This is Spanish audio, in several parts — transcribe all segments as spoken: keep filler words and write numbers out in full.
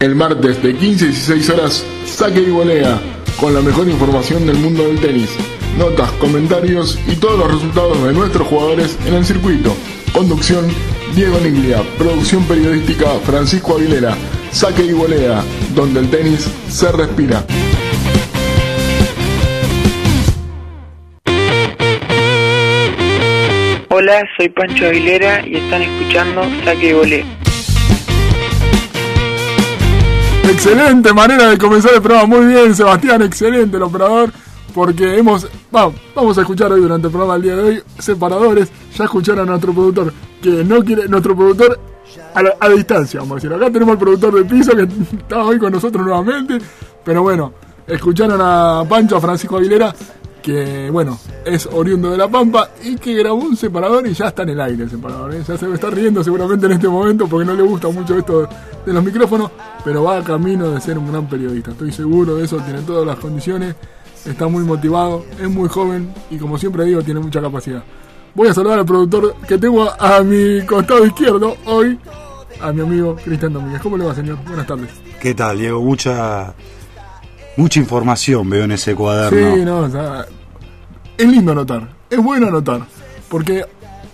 El martes de quince a dieciséis horas, Saque y Volea, con la mejor información del mundo del tenis, notas, comentarios y todos los resultados de nuestros jugadores en el circuito. Conducción, Diego Niglia. Producción periodística, Francisco Aguilera. Saque y Volea, donde el tenis se respira. Hola, soy Pancho Aguilera y están escuchando Saque y Volea. Excelente manera de comenzar el programa, muy bien Sebastián, excelente el operador, porque hemos, vamos, vamos a escuchar hoy durante el programa del día de hoy, separadores. Ya escucharon a nuestro productor, que no quiere, nuestro productor a, la, a distancia, vamos a decir, acá tenemos al productor de piso que está hoy con nosotros nuevamente, pero bueno, escucharon a Pancho, a Francisco Aguilera, que bueno, es oriundo de La Pampa y que grabó un separador y ya está en el aire el separador, ¿eh? Ya se está riendo seguramente en este momento porque no le gusta mucho esto de los micrófonos, pero va a camino de ser un gran periodista, estoy seguro de eso, tiene todas las condiciones, está muy motivado, es muy joven y como siempre digo, tiene mucha capacidad. Voy a saludar al productor que tengo a, a mi costado izquierdo hoy, a mi amigo Cristian Domínguez. ¿Cómo le va, señor? Buenas tardes. ¿Qué tal, Diego? Mucha... Mucha información veo en ese cuaderno. Sí, no, o sea, es lindo anotar, es bueno anotar, porque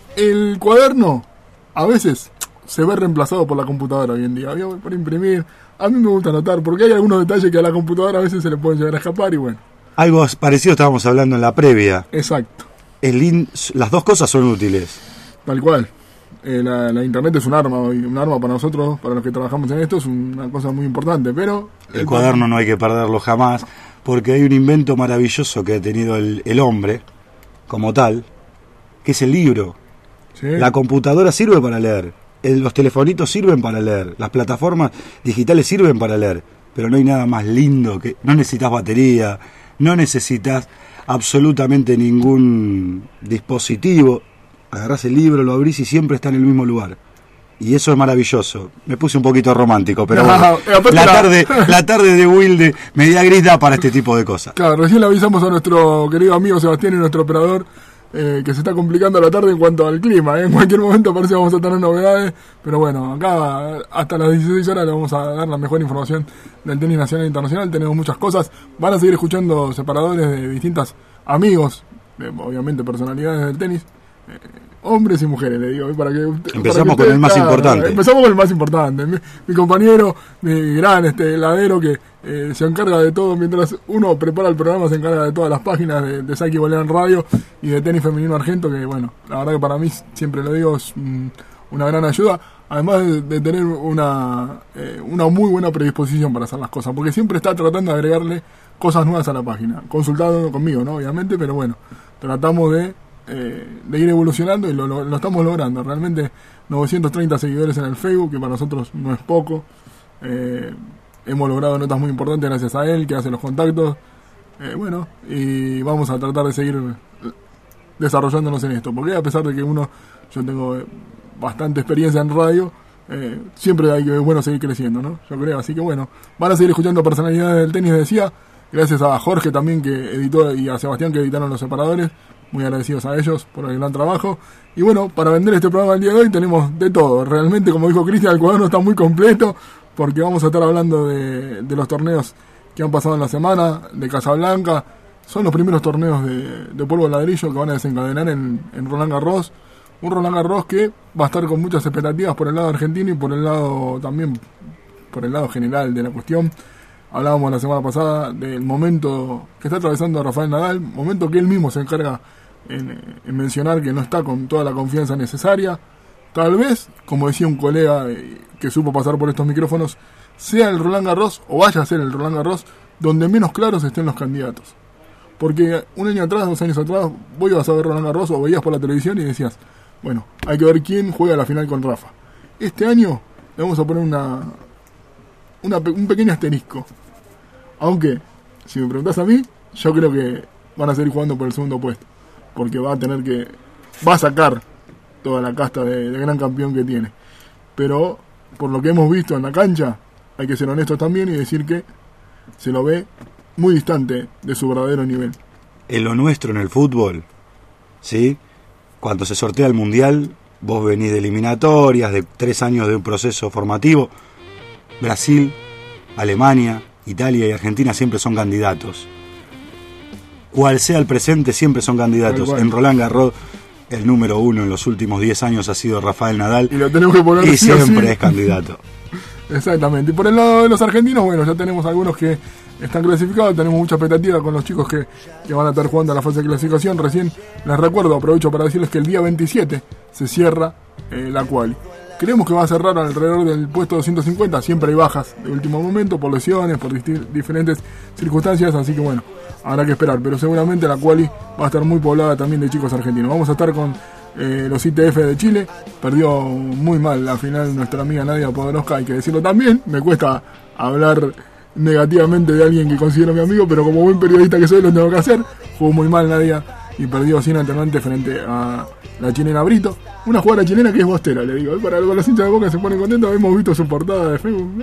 el cuaderno a veces se ve reemplazado por la computadora hoy en día, por imprimir. A mí me gusta anotar, porque hay algunos detalles que a la computadora a veces se le pueden llegar a escapar y bueno. Algo parecido estábamos hablando en la previa. Exacto. El in... Las dos cosas son útiles. Tal cual. Eh, la, la internet es un arma, un arma para nosotros, para los que trabajamos en esto, es una cosa muy importante, pero... El, el cuaderno no hay que perderlo jamás, porque hay un invento maravilloso que ha tenido el, el hombre, como tal, que es el libro. ¿Sí? La computadora sirve para leer, el, los telefonitos sirven para leer, las plataformas digitales sirven para leer, pero no hay nada más lindo que... No necesitas batería, no necesitas absolutamente ningún dispositivo. Agarrás el libro, lo abrís y siempre está en el mismo lugar. Y eso es maravilloso. Me puse un poquito romántico, pero no, bueno, la tarde, la tarde de Wilde, media gris da para este tipo de cosas. Claro, recién le avisamos a nuestro querido amigo Sebastián y nuestro operador eh, que se está complicando la tarde en cuanto al clima. ¿eh? En cualquier momento parece que vamos a tener novedades, pero bueno, acá hasta las dieciséis horas le vamos a dar la mejor información del tenis nacional e internacional. Tenemos muchas cosas. Van a seguir escuchando separadores de distintos amigos, de, obviamente personalidades del tenis. Eh, hombres y mujeres, le digo, para que empezamos para que con el más claro, importante. Empezamos con el más importante. Mi, mi compañero, mi gran este heladero que eh, se encarga de todo, mientras uno prepara el programa, se encarga de todas las páginas de, de Saque y Volea en radio y de tenis femenino argento, que bueno, la verdad que para mí, siempre lo digo, es mm, una gran ayuda, además de, de tener una, eh, una muy buena predisposición para hacer las cosas, porque siempre está tratando de agregarle cosas nuevas a la página, consultado conmigo, ¿no? Obviamente, pero bueno, tratamos de Eh, de ir evolucionando y lo, lo, lo estamos logrando. Realmente novecientos treinta seguidores en el Facebook, que para nosotros no es poco. Eh, hemos logrado notas muy importantes gracias a él, que hace los contactos. Eh, bueno, y vamos a tratar de seguir desarrollándonos en esto, porque a pesar de que uno, yo tengo bastante experiencia en radio, eh, siempre hay que, es bueno seguir creciendo, ¿no? Yo creo, así que bueno, van a seguir escuchando personalidades del tenis, decía, gracias a Jorge también que editó y a Sebastián que editaron los separadores. Muy agradecidos a ellos por el gran trabajo. Y bueno, para vender este programa el día de hoy tenemos de todo. Realmente, como dijo Cristian, el cuaderno está muy completo, porque vamos a estar hablando de, de los torneos que han pasado en la semana, de Casablanca. Son los primeros torneos de, de polvo de ladrillo que van a desencadenar en, en Roland Garros. Un Roland Garros que va a estar con muchas expectativas por el lado argentino y por el lado también, por el lado general de la cuestión. Hablábamos la semana pasada del momento que está atravesando Rafael Nadal, momento que él mismo se encarga en, en mencionar que no está con toda la confianza necesaria. Tal vez, como decía un colega que supo pasar por estos micrófonos, sea el Roland Garros, o vaya a ser el Roland Garros, donde menos claros estén los candidatos. Porque un año atrás, dos años atrás, vos ibas a ver Roland Garros o veías por la televisión y decías, bueno, hay que ver quién juega la final con Rafa. Este año le vamos a poner una... Una, un pequeño asterisco, aunque si me preguntas a mí, yo creo que van a seguir jugando por el segundo puesto, porque va a tener que va a sacar toda la casta de, de gran campeón que tiene, pero por lo que hemos visto en la cancha hay que ser honestos también y decir que se lo ve muy distante de su verdadero nivel. En lo nuestro en el fútbol, ¿sí? Cuando se sortea el mundial, vos venís de eliminatorias, de tres años de un proceso formativo. Brasil Alemania, Italia y Argentina siempre son candidatos. Cual sea el presente, siempre son candidatos. En Roland Garros, el número uno en los últimos diez años ha sido Rafael Nadal. Y lo tenemos que poner y sí siempre sí. es candidato. Exactamente. Y por el lado de los argentinos, bueno, ya tenemos algunos que están clasificados. Tenemos mucha expectativa con los chicos que, que van a estar jugando a la fase de clasificación. Recién les recuerdo, aprovecho para decirles que el día veintisiete se cierra eh, la quali. Creemos que va a cerrar alrededor del puesto doscientos cincuenta. Siempre hay bajas de último momento por lesiones, por disti- diferentes circunstancias. Así que bueno, habrá que esperar. Pero seguramente la quali va a estar muy poblada también de chicos argentinos. Vamos a estar con eh, los I T F de Chile. Perdió muy mal la final nuestra amiga Nadia Podoroska, hay que decirlo también. Me cuesta hablar negativamente de alguien que considero mi amigo, pero como buen periodista que soy lo tengo que hacer. Jugó muy mal Nadia y perdió sin alternante frente a la chilena Brito, una jugadora chilena que es bostera, le digo, para los hinchas de Boca se ponen contentos. Hemos visto su portada de Facebook,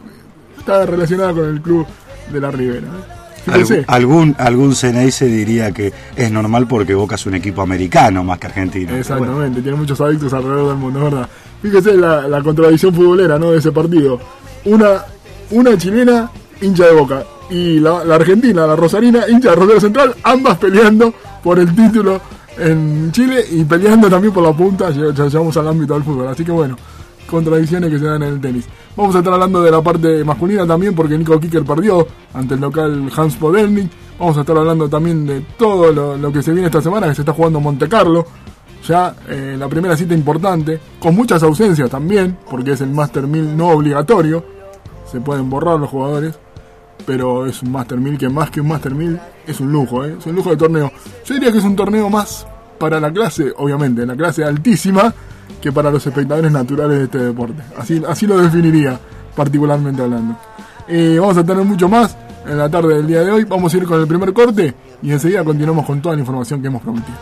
está relacionada con el club de la Ribera. Alg- algún algún C N I se diría que es normal porque Boca es un equipo americano más que argentino. Exactamente, bueno, tiene muchos adictos alrededor del mundo, ¿verdad? Fíjese la, la contradicción futbolera, ¿no?, de ese partido. Una, una chilena hincha de Boca y la, la argentina, la rosarina, hincha de Rosario Central, ambas peleando por el título en Chile y peleando también por la punta. Ya, ya llegamos al ámbito del fútbol, así que bueno, contradicciones que se dan en el tenis. Vamos a estar hablando de la parte masculina también, porque Nico Kicker perdió ante el local Hans Podelnik. Vamos a estar hablando también de todo lo, lo que se viene esta semana, que se está jugando en Monte Carlo. Ya eh, la primera cita importante, con muchas ausencias también, porque es el Master mil no obligatorio. Se pueden borrar los jugadores, pero es un Master mil que más que un Master mil es un lujo, ¿eh? Es un lujo de torneo. Yo diría que es un torneo más para la clase, obviamente, la clase altísima, que para los espectadores naturales de este deporte. Así, así lo definiría, particularmente hablando. Eh, vamos a tener mucho más en la tarde del día de hoy. Vamos a ir con el primer corte y enseguida continuamos con toda la información que hemos prometido.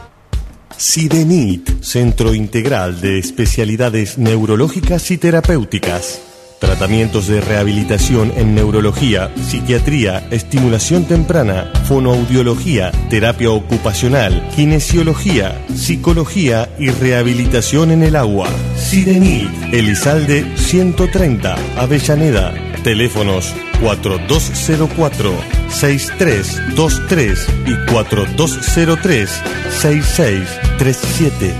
CIDENIT, Centro Integral de Especialidades Neurológicas y Terapéuticas. Tratamientos de rehabilitación en neurología, psiquiatría, estimulación temprana, fonoaudiología, terapia ocupacional, kinesiología, psicología y rehabilitación en el agua. CIDENIT, Elizalde ciento treinta, Avellaneda. Teléfonos cuatro dos cero cuatro, seis tres dos tres y cuatro dos cero tres, seis seis tres siete.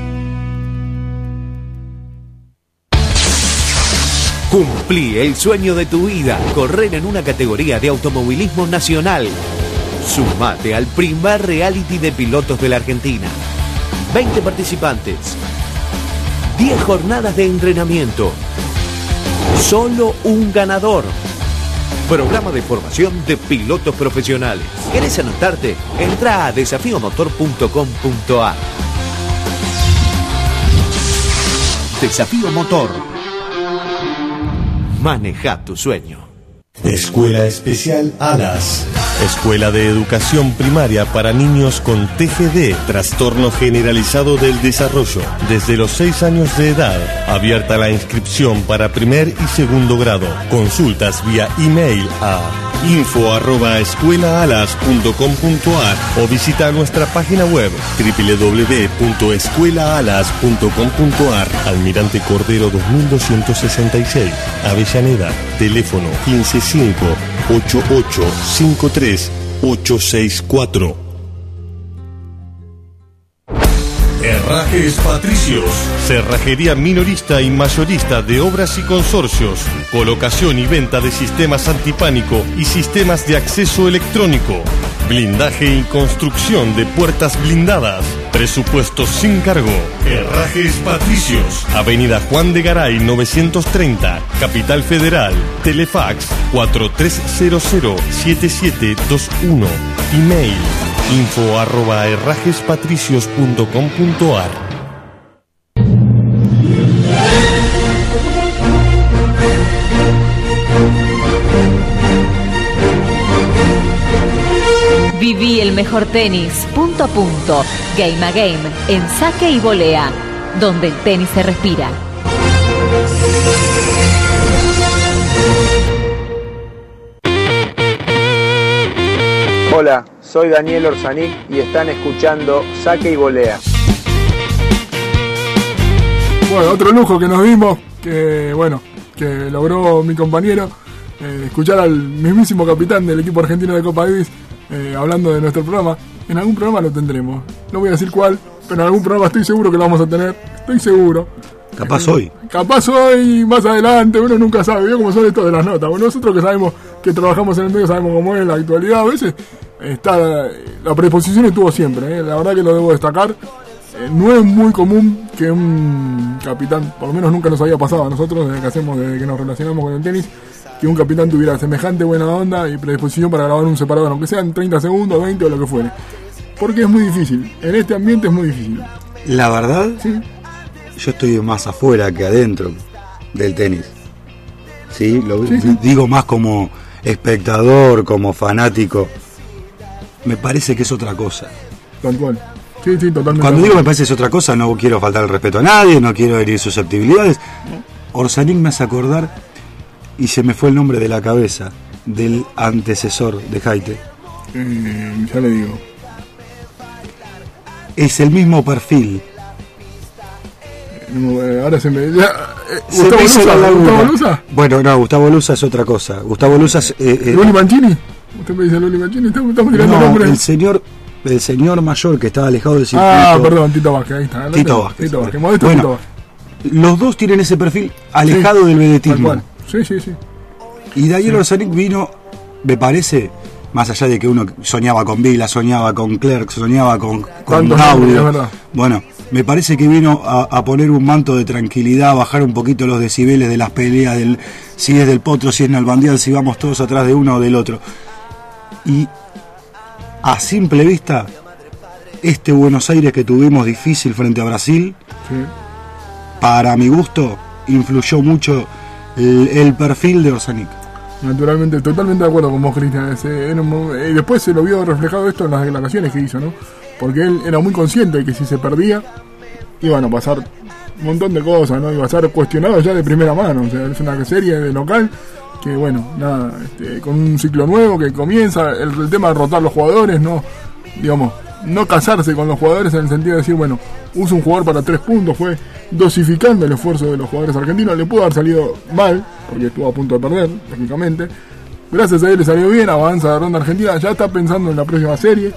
Cumplí el sueño de tu vida, correr en una categoría de automovilismo nacional. Sumate al primer reality de pilotos de la Argentina. veinte participantes, diez jornadas de entrenamiento, solo un ganador. Programa de formación de pilotos profesionales. ¿Querés anotarte? Entrá a desafío motor punto com punto a r. Desafío Motor. Maneja tu sueño. Escuela Especial Alas. Escuela de Educación Primaria para niños con T G D, Trastorno Generalizado del Desarrollo, desde los seis años de edad. Abierta la inscripción para primer y segundo grado. Consultas vía email a info arroba escuela alas punto com punto a r o visita nuestra página web doble u doble u doble u punto escuela alas punto com punto a r. Almirante Cordero dos mil doscientos sesenta y seis, Avellaneda. Teléfono quince cinco ochenta y ocho cincuenta y tres ochocientos sesenta y cuatro. Herrajes Patricios, cerrajería minorista y mayorista de obras y consorcios, colocación y venta de sistemas antipánico y sistemas de acceso electrónico, blindaje y construcción de puertas blindadas, presupuestos sin cargo. Herrajes Patricios, Avenida Juan de Garay novecientos treinta, Capital Federal. Telefax cuatro tres cero cero siete siete dos uno. Email info arroba herrajespatricios punto com punto a r. Viví el mejor tenis, punto a punto, game a game, en saque y volea, donde el tenis se respira. Hola, soy Daniel Orsanic y están escuchando Saque y Volea. Bueno, otro lujo que nos dimos, que bueno, que logró mi compañero, eh, escuchar al mismísimo capitán del equipo argentino de Copa Davis eh, hablando de nuestro programa. En algún programa lo tendremos, no voy a decir cuál, pero en algún programa estoy seguro que lo vamos a tener, estoy seguro. Capaz eh, hoy. Capaz hoy, más adelante, uno nunca sabe, ¿vio cómo son esto de las notas? Bueno, nosotros que sabemos, que trabajamos en el medio, sabemos cómo es la actualidad, a veces está la predisposición estuvo siempre, ¿eh? La verdad que lo debo destacar. Eh, no es muy común que un capitán, por lo menos nunca nos había pasado a nosotros, desde que hacemos, desde que nos relacionamos con el tenis, que un capitán tuviera semejante buena onda y predisposición para grabar un separador, aunque sean treinta segundos, veinte o lo que fuere. Porque es muy difícil, en este ambiente es muy difícil. La verdad, ¿sí? Yo estoy más afuera que adentro del tenis. ¿Sí? Lo sí, sí. digo más como espectador, como fanático. Me parece que es otra cosa. Tal cual. Sí, sí, totalmente. Cuando digo me parece que es otra cosa, no quiero faltar el respeto a nadie, no quiero herir susceptibilidades. Orsanic me hace acordar, y se me fue el nombre de la cabeza, del antecesor de Jaite. Eh, ya le digo. Es el mismo perfil. No, eh, ahora se me... Ya, eh, Se ¿Gustavo me hizo Lusa? la laguna. ¿Gustavo Lusa? Bueno, no, Gustavo Lusa es otra cosa. Gustavo Lusa es... Eh, eh, ¿Luli Mancini? ¿Usted me dice Luli Mancini? Estamos, estamos tirando no, nombres. el señor, el señor mayor que estaba alejado del circuito. Ah, perdón, Tito Vázquez, ahí está. Tito Vázquez. Tito Vázquez, modesto Bueno, Tito Vázquez. Los dos tienen ese perfil alejado Sí, del vedetismo. tal cual. Sí, sí, sí. Y Daniel Sí. Orsanic vino, me parece, más allá de que uno soñaba con Vila, soñaba con Clerc, soñaba con, con Tantos nombres, Gaudio. es verdad. Bueno, me parece que vino a, a poner un manto de tranquilidad, a bajar un poquito los decibeles de las peleas, del, si es del Potro, si es Nalbandián, si vamos todos atrás de uno o del otro. Y a simple vista, este Buenos Aires que tuvimos difícil frente a Brasil, Sí. para mi gusto, influyó mucho el, el perfil de Orsanic. Naturalmente, totalmente de acuerdo con vos, Cristian. Ese era un mo- eh, después se lo vio reflejado esto en las declaraciones que hizo, ¿no? Porque él era muy consciente de que si se perdía, iban a pasar un montón de cosas, ¿no? Iba a ser cuestionado ya de primera mano. O sea, es una serie de local que, bueno, nada, este, con un ciclo nuevo que comienza, el, el tema de rotar los jugadores, no, digamos, no casarse con los jugadores en el sentido de decir, bueno, uso un jugador para tres puntos, fue dosificando el esfuerzo de los jugadores argentinos. Le pudo haber salido mal, porque estuvo a punto de perder, lógicamente. Gracias a él le salió bien, avanza la ronda argentina, ya está pensando en la próxima serie.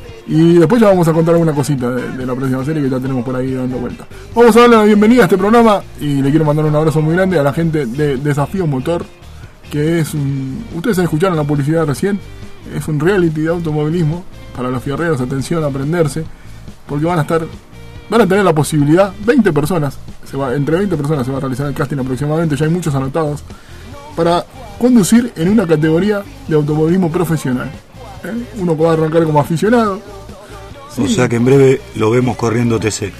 Y después ya vamos a contar alguna cosita de, de la próxima serie que ya tenemos por ahí dando vuelta. Vamos a darle la bienvenida a este programa y le quiero mandar un abrazo muy grande a la gente de Desafío Motor, que es un... Ustedes escucharon la publicidad recién, es un reality de automovilismo para los fierreros. Atención a aprenderse, porque van a estar... Van a tener la posibilidad, veinte personas, se va, entre veinte personas se va a realizar el casting aproximadamente, ya hay muchos anotados, para conducir en una categoría de automovilismo profesional. ¿Eh? Uno va a arrancar como aficionado. Sí. O sea que en breve lo vemos corriendo T C.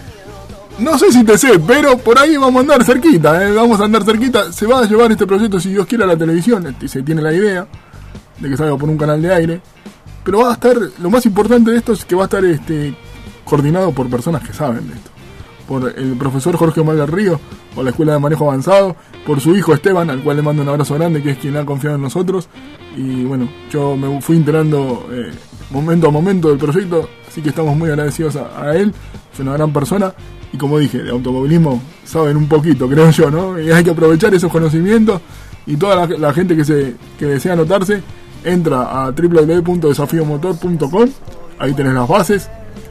No sé si te sé, pero por ahí vamos a andar cerquita, ¿eh? Vamos a andar cerquita. Se va a llevar este proyecto, si Dios quiere, a la televisión. Se tiene la idea de que salga por un canal de aire. Pero va a estar, lo más importante de esto es que va a estar este coordinado por personas que saben de esto. Por el profesor Jorge Omar del Río, por la Escuela de Manejo Avanzado, por su hijo Esteban, al cual le mando un abrazo grande, que es quien ha confiado en nosotros. Y bueno, yo me fui enterando eh, momento a momento del proyecto, así que estamos muy agradecidos a, a él. Es una gran persona y, como dije, de automovilismo saben un poquito, creo yo, ¿no? Y hay que aprovechar esos conocimientos, y toda la, la gente que se que desea anotarse entra a doble u doble u doble u punto desafío motor punto com. Ahí tenés las bases,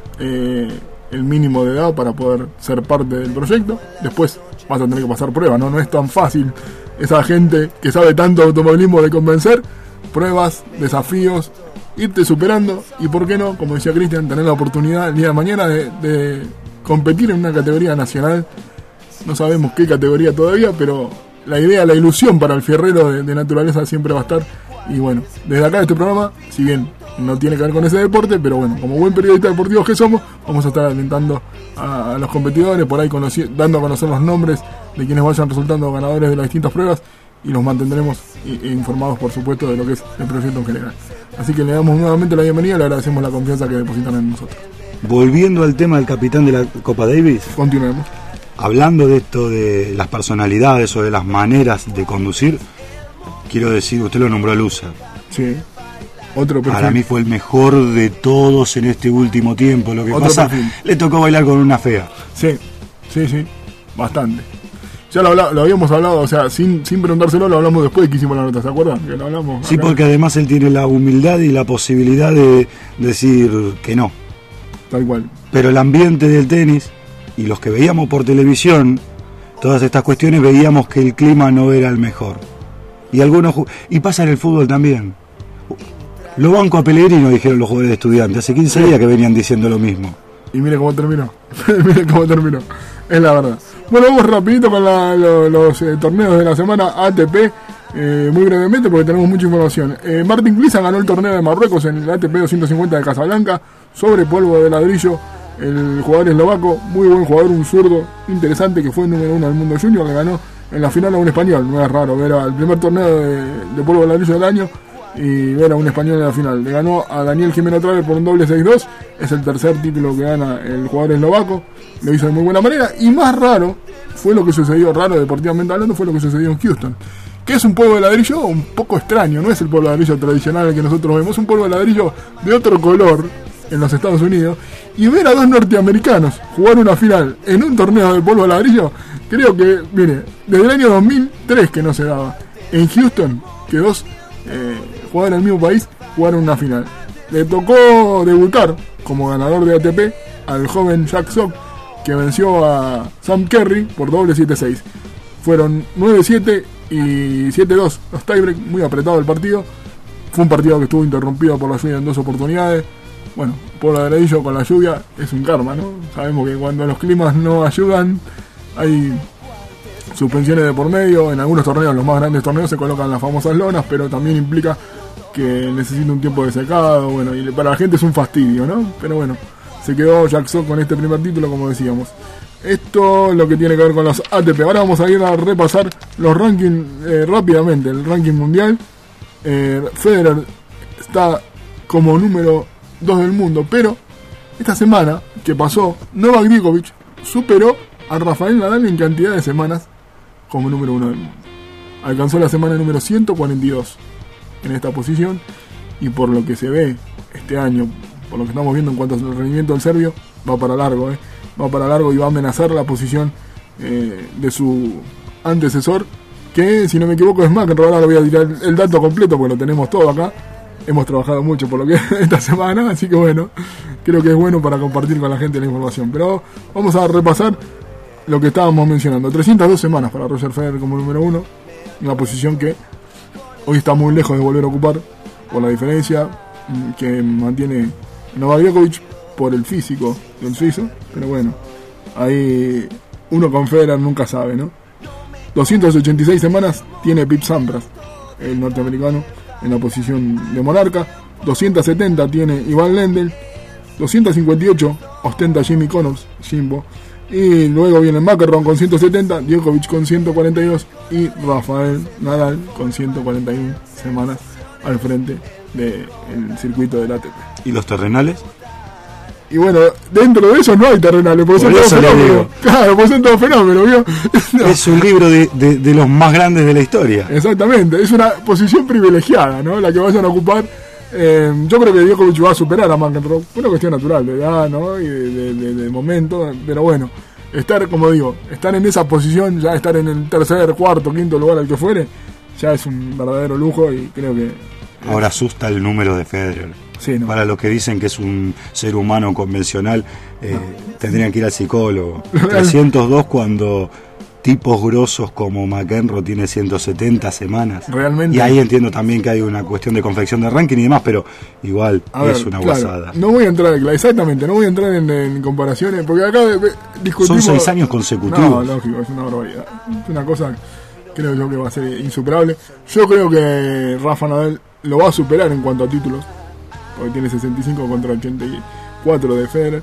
eh, el mínimo de edad para poder ser parte del proyecto. Después vas a tener que pasar pruebas, ¿no? No es tan fácil esa gente que sabe tanto de automovilismo de convencer. Pruebas, desafíos, irte superando y, por qué no, como decía Cristian, tener la oportunidad el día de mañana de, de competir en una categoría nacional. No sabemos qué categoría todavía, pero la idea, la ilusión para el fierrero de, de naturaleza siempre va a estar. Y bueno, desde acá de este programa, si bien no tiene que ver con ese deporte, pero bueno, como buen periodista deportivo que somos, vamos a estar alentando a, a los competidores, por ahí conoci- dando a conocer los nombres de quienes vayan resultando ganadores de las distintas pruebas, y los mantendremos i- informados, por supuesto, de lo que es el proyecto en general. Así que le damos nuevamente la bienvenida y le agradecemos la confianza que depositan en nosotros. Volviendo al tema del capitán de la Copa Davis, Continuemos. hablando de esto de las personalidades o de las maneras de conducir, quiero decir, usted lo nombró a Lusa. Sí. Otro perfil. Para mí fue el mejor de todos en este último tiempo. Lo que Otro pasa, perfil. le tocó bailar con una fea. Sí, sí, sí, bastante. Ya lo, habla, lo habíamos hablado, o sea, sin, sin preguntárselo, lo hablamos después de que hicimos la nota, ¿se acuerdan? Que lo hablamos. Sí, acá. porque además él tiene la humildad y la posibilidad de decir que no. Tal cual. Pero el ambiente del tenis y los que veíamos por televisión, todas estas cuestiones, veíamos que el clima no era el mejor. Y algunos y pasa en el fútbol también. Lo banco a Pellegrino, dijeron los jugadores de Estudiantes. Hace quince días que venían diciendo lo mismo. Y mire cómo terminó. Mire cómo terminó. Es la verdad. Bueno, vamos rapidito con la, lo, los eh, torneos de la semana A T P. Eh, muy brevemente porque tenemos mucha información. Eh, Martin Klizan ganó el torneo de Marruecos en el A T P doscientos cincuenta de Casablanca sobre polvo de ladrillo. El jugador eslovaco, muy buen jugador, un zurdo interesante que fue el número uno del mundo junior, le ganó en la final a un español. No es raro ver al primer torneo de, de polvo de ladrillo del año y ver a un español en la final. Le ganó a Daniel Jimeno Traver por un doble seis dos. Es el tercer título que gana el jugador eslovaco. Lo hizo de muy buena manera. Y más raro fue lo que sucedió, raro deportivamente hablando, fue lo que sucedió en Houston. Que es un polvo de ladrillo un poco extraño. No es el polvo de ladrillo tradicional que nosotros vemos. Es un polvo de ladrillo de otro color en los Estados Unidos. Y ver a dos norteamericanos jugar una final en un torneo de polvo de ladrillo, creo que, mire, desde el año dos mil tres que no se daba. En Houston, que dos eh, jugadores del mismo país jugaron una final. Le tocó debutar como ganador de A T P al joven Jack Sock, que venció a Sam Kerry por doble siete seis. Fueron nueve siete y siete dos los tiebreak, muy apretado el partido. Fue un partido que estuvo interrumpido por la lluvia en dos oportunidades. Bueno, por el ladrillo con la lluvia es un karma, ¿no? Sabemos que cuando los climas no ayudan hay suspensiones de por medio. En algunos torneos, los más grandes torneos, se colocan las famosas lonas, pero también implica que necesita un tiempo de secado. Bueno, y para la gente es un fastidio, ¿no? Pero bueno, se quedó Jack Sock con este primer título, como decíamos. Esto es lo que tiene que ver con los A T P. Ahora vamos a ir a repasar los rankings eh, rápidamente. El ranking mundial. Eh, Federer está como número dos del mundo, pero esta semana que pasó, Novak Djokovic superó a Rafael Nadal en cantidad de semanas como número uno del mundo. Alcanzó la semana número ciento cuarenta y dos en esta posición, y por lo que se ve este año, por lo que estamos viendo en cuanto al rendimiento del serbio, va para largo, ¿eh? va para largo y va a amenazar la posición eh, de su antecesor, que si no me equivoco es McEnroe. Ahora le voy a tirar el dato completo porque lo tenemos todo acá. Hemos trabajado mucho por lo que esta semana, así que bueno, creo que es bueno para compartir con la gente la información. Pero vamos a repasar lo que estábamos mencionando. trescientas dos semanas para Roger Federer como número uno, una posición que hoy está muy lejos de volver a ocupar por la diferencia que mantiene Novak Djokovic por el físico del suizo. Pero bueno, ahí uno con Federer nunca sabe, ¿no? doscientas ochenta y seis semanas tiene Pete Sampras, el norteamericano, en la posición de monarca. doscientas setenta tiene Ivan Lendl. doscientas cincuenta y ocho ostenta Jimmy Connors, Jimbo. Y luego viene McEnroe con ciento setenta, Djokovic con ciento cuarenta y dos y Rafael Nadal con ciento cuarenta y una semanas al frente del circuito del A T P. ¿Y los terrenales? Y bueno, dentro de eso no hay terrenales, porque son todos fenómenos. Claro, porque son todos fenómenos, ¿vio? No. Es un libro de, de, de los más grandes de la historia. Exactamente, es una posición privilegiada, ¿no? La que vayan a ocupar. Eh, yo creo que Djokovic va a superar a McEnroe, una cuestión natural de edad, ¿no? Y de, de, de, de momento, pero bueno, estar, como digo, estar en esa posición, ya estar en el tercer, cuarto, quinto lugar al que fuere, ya es un verdadero lujo y creo que... Ahora asusta el número de Federer. Sí, no. Para los que dicen que es un ser humano convencional, eh, no. tendrían que ir al psicólogo. trescientos dos cuando tipos grosos como McEnroe tiene ciento setenta semanas. Realmente. Y ahí entiendo también que hay una cuestión de confección de ranking y demás, pero igual a es ver, una claro, guasada. No voy a entrar, exactamente, no voy a entrar en, en comparaciones, porque acá de, de, discutimos... Son seis años consecutivos. No, lógico, es una barbaridad. Es una cosa, creo yo que va a ser insuperable. Yo creo que Rafa Nadal lo va a superar en cuanto a títulos, porque tiene sesenta y cinco contra ochenta y cuatro de Federer.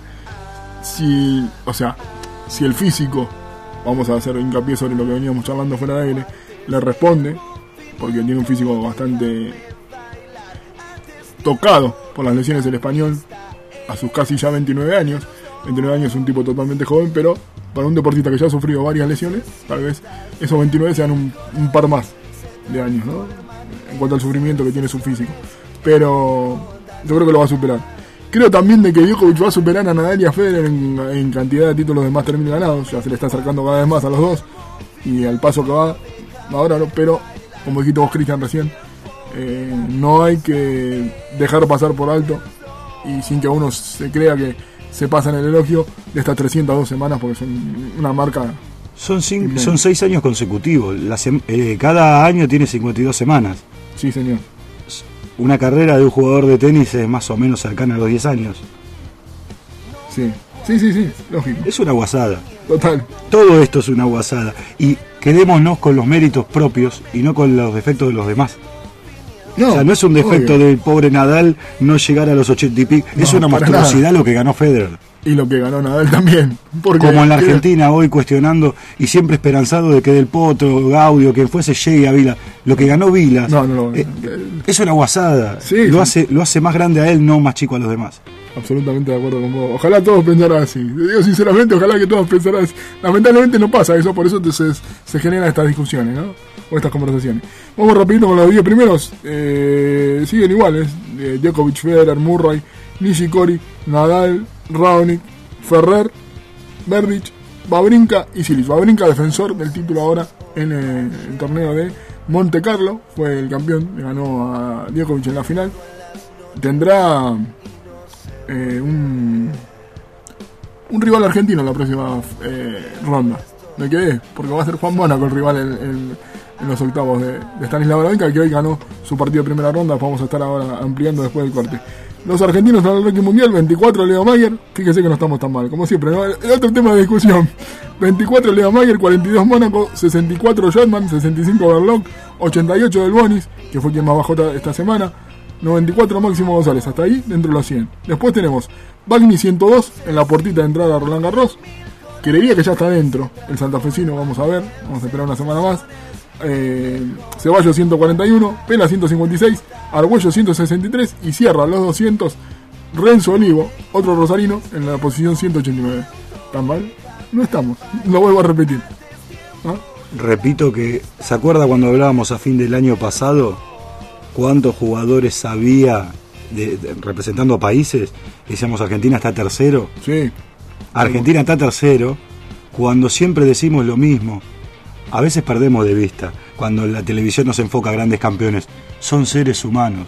Si, o sea, si el físico, vamos a hacer hincapié sobre lo que veníamos charlando fuera de aire, le responde, porque tiene un físico bastante tocado por las lesiones del español a sus casi ya veintinueve años. veintinueve años es un tipo totalmente joven, pero para un deportista que ya ha sufrido varias lesiones, tal vez esos veintinueve sean un, un par más de años, ¿no? En cuanto al sufrimiento que tiene su físico. Pero yo creo que lo va a superar. Creo también de que Djokovic va a superar a Nadal y a Federer en, en cantidad de títulos de Master mil ganados. Ya se le está acercando cada vez más a los dos. y al paso que va ahora, ¿no? Pero como dijiste vos, Cristian, recién, eh, no hay que dejar pasar por alto y sin que uno se crea que se pasa en el elogio de estas trescientas dos semanas, porque son una marca. Son cinco, son seis años consecutivos. La sem- eh, cada año tiene cincuenta y dos semanas. Sí, señor. Una carrera de un jugador de tenis es más o menos cercana a los diez años. Sí, sí, sí, sí, lógico. Es una guasada. Total. Todo esto es una guasada. Y quedémonos con los méritos propios y no con los defectos de los demás. No, o sea, no es un defecto obvio del pobre Nadal no llegar a los ochenta y pico. No, es una monstruosidad lo que ganó Federer. Y lo que ganó Nadal también. Porque como en la Argentina hoy cuestionando y siempre esperanzado de que Del Potro, Gaudio, quien fuese, llegue a Vila. Lo que ganó Vila no, no, no, eh, es una guasada. Sí, lo, sí. Hace, lo hace más grande a él, no más chico a los demás. Absolutamente de acuerdo con vos. Ojalá todos pensaran así. Te digo sinceramente, ojalá que todos pensaran así. Lamentablemente no pasa eso, por eso entonces se generan estas discusiones, ¿no? O estas conversaciones. Vamos rapidito con los diez primeros. Eh, siguen iguales. Eh, Djokovic, Federer, Murray, Nishikori, Nadal, Raonic, Ferrer, Berdych, Wawrinka y Cilic. Wawrinka, defensor del título ahora en eh, el torneo de Monte Carlo. Fue el campeón, le ganó a Djokovic en la final. Tendrá eh, un, un rival argentino en la próxima eh, ronda. Me quedé, porque va a ser Juan Mónaco el rival en, en, en los octavos de, de Stanislav Wawrinka, que hoy ganó su partido de primera ronda. Vamos a estar ahora ampliando después del corte. Los argentinos en el ranking mundial, veinticuatro Leo Mayer, fíjese que no estamos tan mal, como siempre, ¿no? El otro tema de discusión, veinticuatro Leo Mayer, cuarenta y dos Mónaco, sesenta y cuatro Jotman, sesenta y cinco Berlocq, ochenta y ocho Del Bonis, que fue quien más bajó esta semana, noventa y cuatro Máximo González, hasta ahí, dentro de los cien. Después tenemos Bagni ciento dos, en la puertita de entrada a Roland Garros, creería que ya está dentro, el santafesino, vamos a ver, vamos a esperar una semana más. Eh, Ceballos ciento cuarenta y uno, Pela ciento cincuenta y seis, Argüello ciento sesenta y tres y cierra los doscientos Renzo Olivo, otro rosarino, en la posición ciento ochenta y nueve. ¿Tan mal? No estamos, lo vuelvo a repetir. ¿Ah? Repito que, ¿se acuerda cuando hablábamos a fin del año pasado cuántos jugadores había de, de, representando a países? Decíamos Argentina está tercero. Sí. Argentina está tercero cuando siempre decimos lo mismo. A veces perdemos de vista, cuando la televisión nos enfoca a grandes campeones. Son seres humanos.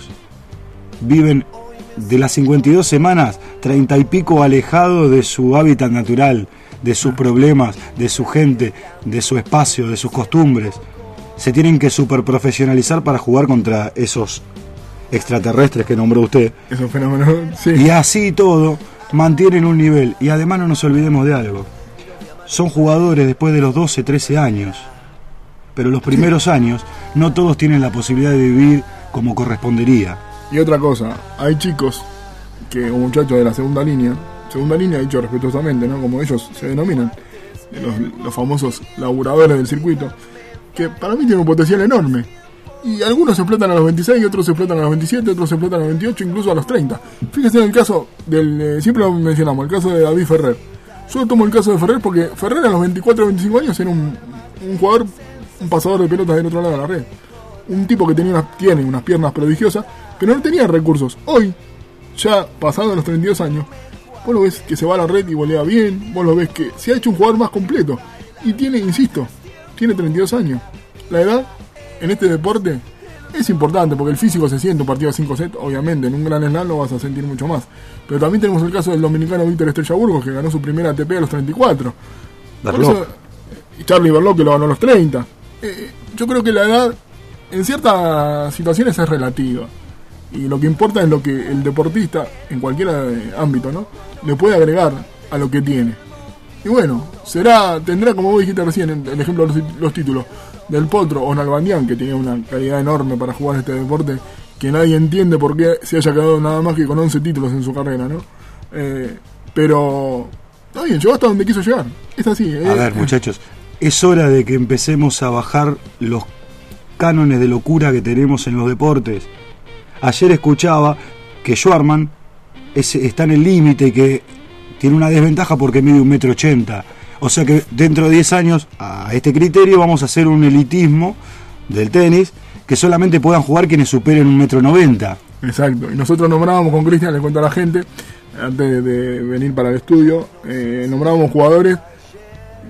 Viven de las cincuenta y dos semanas, treinta y pico alejados de su hábitat natural, de sus problemas, de su gente, de su espacio, de sus costumbres. Se tienen que superprofesionalizar para jugar contra esos extraterrestres que nombró usted. Esos fenómenos, sí. Y así todo, mantienen un nivel. Y además no nos olvidemos de algo. Son jugadores después de los doce, trece años. Pero los primeros sí. años no todos tienen la posibilidad de vivir como correspondería. Y otra cosa, hay chicos que, o muchachos de la segunda línea, segunda línea dicho respetuosamente, ¿no? Como ellos se denominan, los, los famosos laburadores del circuito, que para mí tienen un potencial enorme. Y algunos se explotan a los veintiséis, otros se explotan a los veintisiete, otros se explotan a los veintiocho, incluso a los treinta. Fíjese en el caso del, eh, siempre lo mencionamos, el caso de David Ferrer. Yo tomo el caso de Ferrer porque Ferrer a los veinticuatro o veinticinco años era un, un jugador, un pasador de pelotas del otro lado de la red. Un tipo que tenía unas, tiene unas piernas prodigiosas, pero no tenía recursos. Hoy, ya pasado los treinta y dos años, vos lo ves que se va a la red y volea bien, vos lo ves que se ha hecho un jugador más completo. Y tiene, insisto, tiene treinta y dos años. La edad en este deporte es importante porque el físico se siente un partido de cinco sets, obviamente, en un gran slam lo vas a sentir mucho más. Pero también tenemos el caso del dominicano Víctor Estrella Burgos, que ganó su primera A T P a los treinta y cuatro. Por eso, y Charlie Berlocq, que lo ganó a los treinta. Eh, yo creo que la edad en ciertas situaciones es relativa. Y lo que importa es lo que el deportista, en cualquier ámbito, ¿no?, le puede agregar a lo que tiene. Y bueno, será, tendrá, como vos dijiste recién, el ejemplo de los, los títulos, Del Potro o Nalbandián, que tenía una calidad enorme para jugar este deporte, que nadie entiende por qué se haya quedado nada más que con once títulos en su carrera, ¿no? Eh, pero, está bien, llegó hasta donde quiso llegar. Es así. A eh, ver, muchachos, es hora de que empecemos a bajar los cánones de locura que tenemos en los deportes. Ayer escuchaba que Schwarman es, está en el límite y que tiene una desventaja porque mide un metro ochenta. O sea que dentro de diez años, a este criterio, vamos a hacer un elitismo del tenis que solamente puedan jugar quienes superen un metro noventa. Exacto. Y nosotros nombrábamos con Cristian, le cuento a la gente, antes de venir para el estudio, eh, nombrábamos jugadores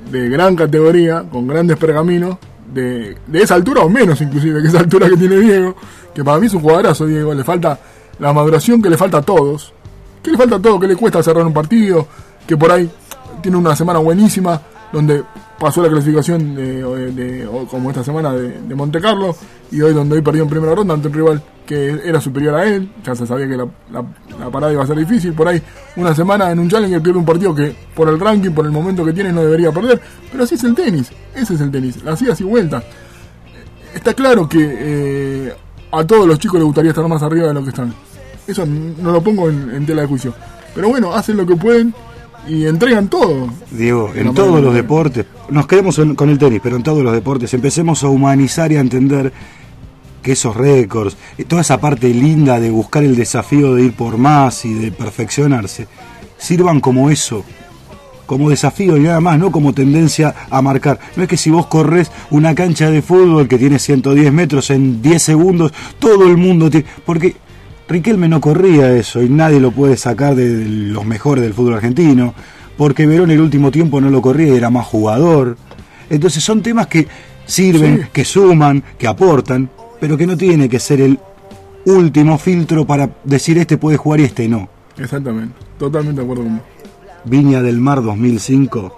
de gran categoría, con grandes pergaminos, de, de esa altura o menos inclusive, que esa altura que tiene Diego, que para mí es un jugadorazo, Diego, le falta la maduración que le falta a todos, que le falta a todos, que le cuesta cerrar un partido, que por ahí tiene una semana buenísima, donde pasó la clasificación de, de, de, como esta semana de, de Monte Carlo, y hoy donde hoy perdió en primera ronda ante un rival que era superior a él, ya se sabía que la, la, la parada iba a ser difícil, por ahí una semana en un Challenger pierde un partido que por el ranking, por el momento que tiene no debería perder, pero así es el tenis, ese es el tenis, las idas y vueltas. Está claro que eh, a todos los chicos les gustaría estar más arriba de lo que están, eso no lo pongo en, en tela de juicio, pero bueno, hacen lo que pueden y entregan todo. Diego, en todos los deportes, nos quedemos en, con el tenis, pero en todos los deportes empecemos a humanizar y a entender que esos récords, toda esa parte linda de buscar el desafío de ir por más y de perfeccionarse, sirvan como eso, como desafío y nada más, no como tendencia a marcar. No es que si vos corres una cancha de fútbol que tiene ciento diez metros en diez segundos, todo el mundo tiene... Porque Riquelme no corría eso y nadie lo puede sacar de los mejores del fútbol argentino, porque Verón el último tiempo no lo corría y era más jugador. Entonces son temas que sirven, sí, que suman, que aportan, pero que no tiene que ser el último filtro para decir este puede jugar y este no. Exactamente, totalmente de acuerdo con vos. Viña del Mar dos mil cinco,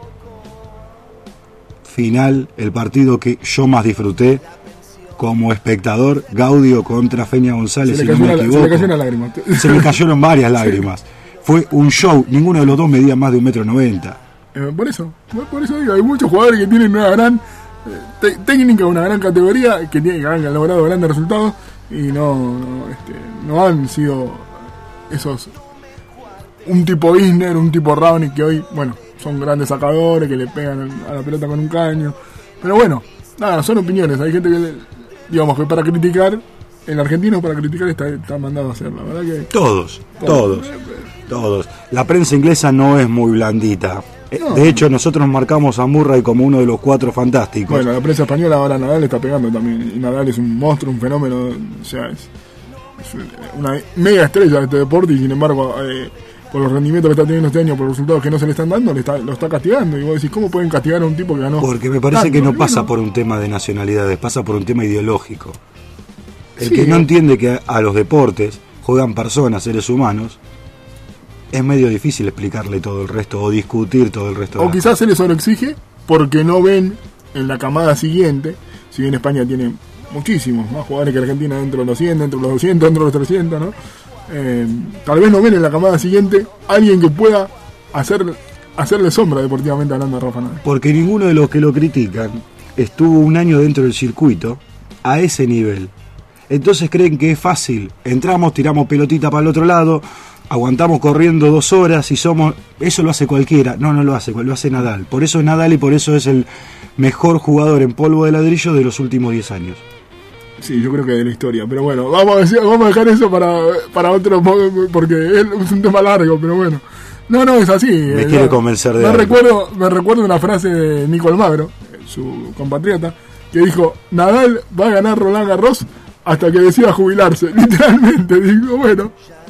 final, el partido que yo más disfruté como espectador, Gaudio contra Feña González, si no me equivoco. Se me cayó una lágrima. Se me cayeron varias lágrimas. Sí. Fue un show, ninguno de los dos medía más de un metro noventa. Eh, por eso, por eso digo, hay muchos jugadores que tienen una gran te- técnica, una gran categoría, que, tienen, que han logrado grandes resultados y no, no, este, no han sido esos, un tipo Isner, un tipo Raonic, que hoy, bueno, son grandes sacadores, que le pegan a la pelota con un caño. Pero bueno, nada, son opiniones. Hay gente que, le, digamos, que para criticar, el argentino para criticar está, está mandado a hacer, la verdad que... Todos, todos, todos, todos. La prensa inglesa no es muy blandita. No. De hecho, nosotros marcamos a Murray como uno de los cuatro fantásticos. Bueno, la prensa española ahora Nadal está pegando también. Y Nadal es un monstruo, un fenómeno. O sea, es, es una mega estrella de este deporte y sin embargo, eh, por los rendimientos que está teniendo este año, por los resultados que no se le están dando, le está, lo está castigando. Y vos decís, ¿cómo pueden castigar a un tipo que ganó? Porque me parece tanto, que no pasa por un tema de nacionalidades, pasa por un tema ideológico. El sí, que no entiende que a los deportes juegan personas, seres humanos, es medio difícil explicarle todo el resto o discutir todo el resto. O quizás se les sobreexige porque no ven en la camada siguiente, si bien España tiene muchísimos más jugadores que Argentina dentro de los cien, dentro de los doscientos, dentro de los trescientos, ¿no? Eh, tal vez no ven en la camada siguiente alguien que pueda hacer, hacerle sombra deportivamente hablando a Rafa Nadal. Porque ninguno de los que lo critican estuvo un año dentro del circuito a ese nivel. Entonces creen que es fácil, entramos, tiramos pelotita para el otro lado, aguantamos corriendo dos horas y somos... Eso lo hace cualquiera. No, no lo hace, lo hace Nadal. Por eso es Nadal y por eso es el mejor jugador en polvo de ladrillo de los últimos diez años. Sí, yo creo que de la historia. Pero bueno, vamos a, decir, vamos a dejar eso para, para otro, porque es un tema largo, pero bueno. No, no, es así. Me eh, quiere no, convencer de me algo. recuerdo Me recuerdo una frase de Nico Almagro, su compatriota, que dijo, Nadal va a ganar Roland Garros hasta que decida jubilarse. Literalmente, digo, bueno...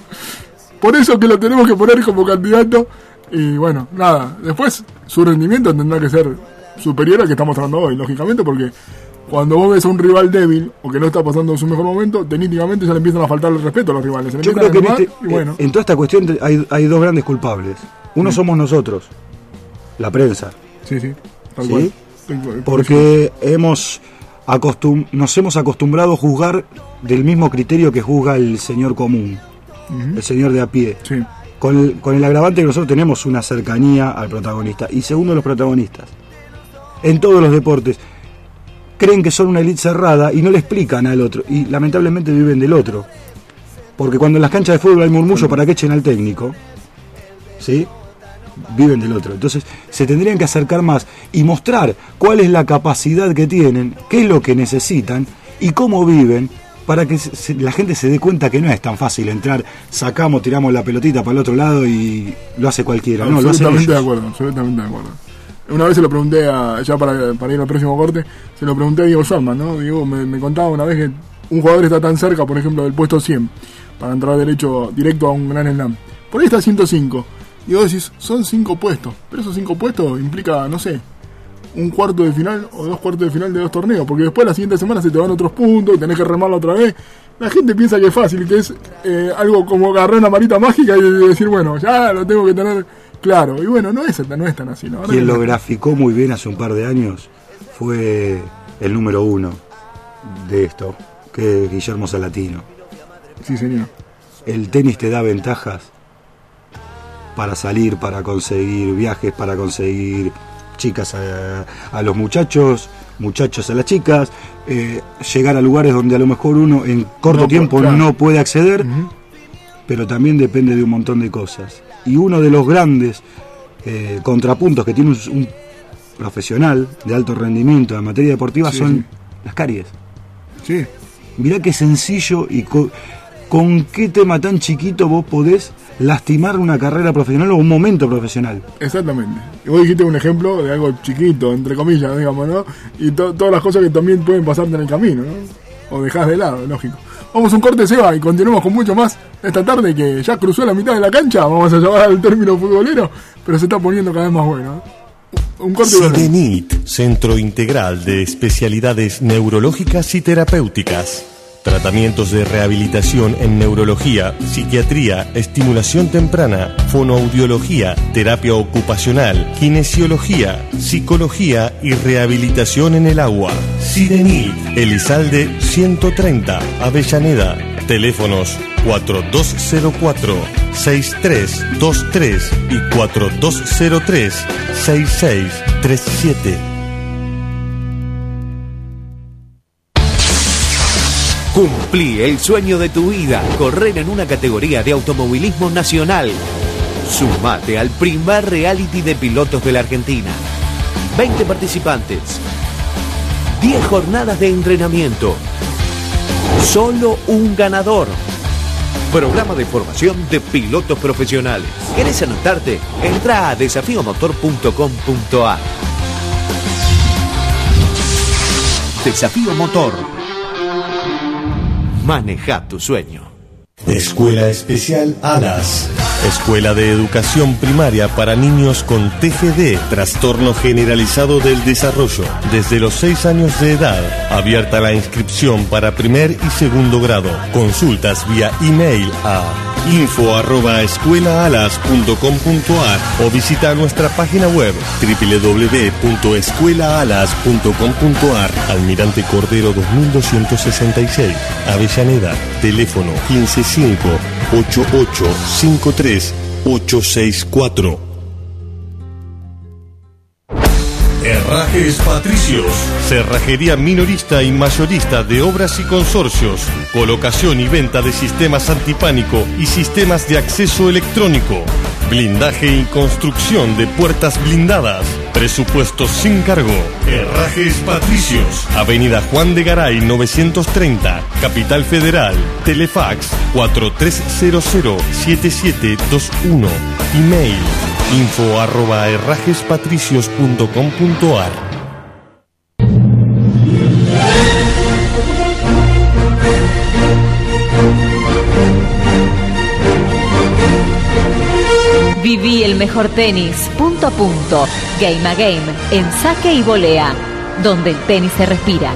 Por eso que lo tenemos que poner como candidato. Y bueno, nada. Después su rendimiento tendrá que ser superior al que estamos mostrando hoy, lógicamente, porque cuando vos ves a un rival débil o que no está pasando su mejor momento, técnicamente ya le empiezan a faltar el respeto a los rivales. Se Yo creo que este, y bueno. en toda esta cuestión hay, hay dos grandes culpables. Uno sí. somos nosotros, la prensa. Sí, sí. Tal ¿Sí? cual. Porque hemos acostum- nos hemos acostumbrado a juzgar del mismo criterio que juzga el señor común. Uh-huh. El señor de a pie, sí. con, el, con el agravante que nosotros tenemos una cercanía al protagonista. Y segundo, los protagonistas en todos los deportes creen que son una élite cerrada y no le explican al otro, y lamentablemente viven del otro, porque cuando en las canchas de fútbol hay murmullo sí. para que echen al técnico, ¿sí? Viven del otro. Entonces se tendrían que acercar más y mostrar cuál es la capacidad que tienen, qué es lo que necesitan y cómo viven, para que se, la gente se dé cuenta que no es tan fácil entrar, sacamos, tiramos la pelotita para el otro lado y lo hace cualquiera. No, lo hacen ellos. de acuerdo, absolutamente de acuerdo. Una vez se lo pregunté, a, ya para, para ir al próximo corte, se lo pregunté a Diego Schwartzman, ¿no? Diego me, me contaba una vez que un jugador está tan cerca, por ejemplo, del puesto cien, para entrar derecho directo a un gran slam. Por ahí está ciento cinco. Y vos decís, son cinco puestos, pero esos cinco puestos implica, no sé, un cuarto de final o dos cuartos de final de dos torneos, porque después la siguiente semana se te van otros puntos y tenés que remarlo otra vez. La gente piensa que es fácil, que es eh, algo como agarrar una varita mágica y decir, bueno, ya lo tengo que tener claro. Y bueno, no es, no es tan así, ¿no? Quien lo graficó muy bien hace un par de años fue el número uno de esto, que es Guillermo Salatino. Sí, señor. El tenis te da ventajas para salir, para conseguir viajes, para conseguir chicas a, a los muchachos, muchachos a las chicas, eh, llegar a lugares donde a lo mejor uno en corto no, tiempo claro. no puede acceder, uh-huh. pero también depende de un montón de cosas. Y uno de los grandes eh, contrapuntos que tiene un, un profesional de alto rendimiento en materia deportiva sí, son sí. las caries. Sí. Mirá qué sencillo y co- con qué tema tan chiquito vos podés lastimar una carrera profesional o un momento profesional. Exactamente. Y vos dijiste un ejemplo de algo chiquito, entre comillas, digamos, ¿no? Y to- todas las cosas que también pueden pasarte en el camino, ¿no? O dejás de lado, lógico. Vamos a un corte, Seba, y continuamos con mucho más esta tarde que ya cruzó la mitad de la cancha, vamos a llamar al término futbolero, pero se está poniendo cada vez más bueno, ¿no? Un corte. Sidenit, Centro Integral de Especialidades Neurológicas y Terapéuticas. Tratamientos de rehabilitación en neurología, psiquiatría, estimulación temprana, fonoaudiología, terapia ocupacional, kinesiología, psicología y rehabilitación en el agua. Sidenit, Elizalde ciento treinta, Avellaneda. Teléfonos cuatro dos cero cuatro, seis tres dos tres y cuatro dos cero tres, seis seis tres siete. Cumplí el sueño de tu vida, correr en una categoría de automovilismo nacional. Sumate al primer reality de pilotos de la Argentina. veinte participantes, diez jornadas de entrenamiento, solo un ganador. Programa de formación de pilotos profesionales. ¿Querés anotarte? Entra a desafío motor punto com punto a r. Desafío Motor. Maneja tu sueño. Escuela Especial Alas. Escuela de Educación Primaria para niños con T G D, Trastorno Generalizado del Desarrollo, desde los seis años de edad. Abierta la inscripción para primer y segundo grado. Consultas vía email a info arroba escuelaalas punto com punto a r o visita nuestra página web doble u doble u doble u punto escuelaalas punto com punto a r. Almirante Cordero dos mil doscientos sesenta y seis, Avellaneda. Teléfono quince cinco ochenta y ocho cincuenta y tres ochocientos sesenta y cuatro. Herrajes Patricios, cerrajería minorista y mayorista de obras y consorcios, colocación y venta de sistemas antipánico y sistemas de acceso electrónico, blindaje y construcción de puertas blindadas, presupuestos sin cargo. Herrajes Patricios, Avenida Juan de Garay novecientos treinta, Capital Federal. Telefax cuatro tres cero cero siete siete dos uno. Email info arroba herrajespatricios punto com punto a r. Viví el mejor tenis, punto a punto, game a game, en saque y volea, donde el tenis se respira.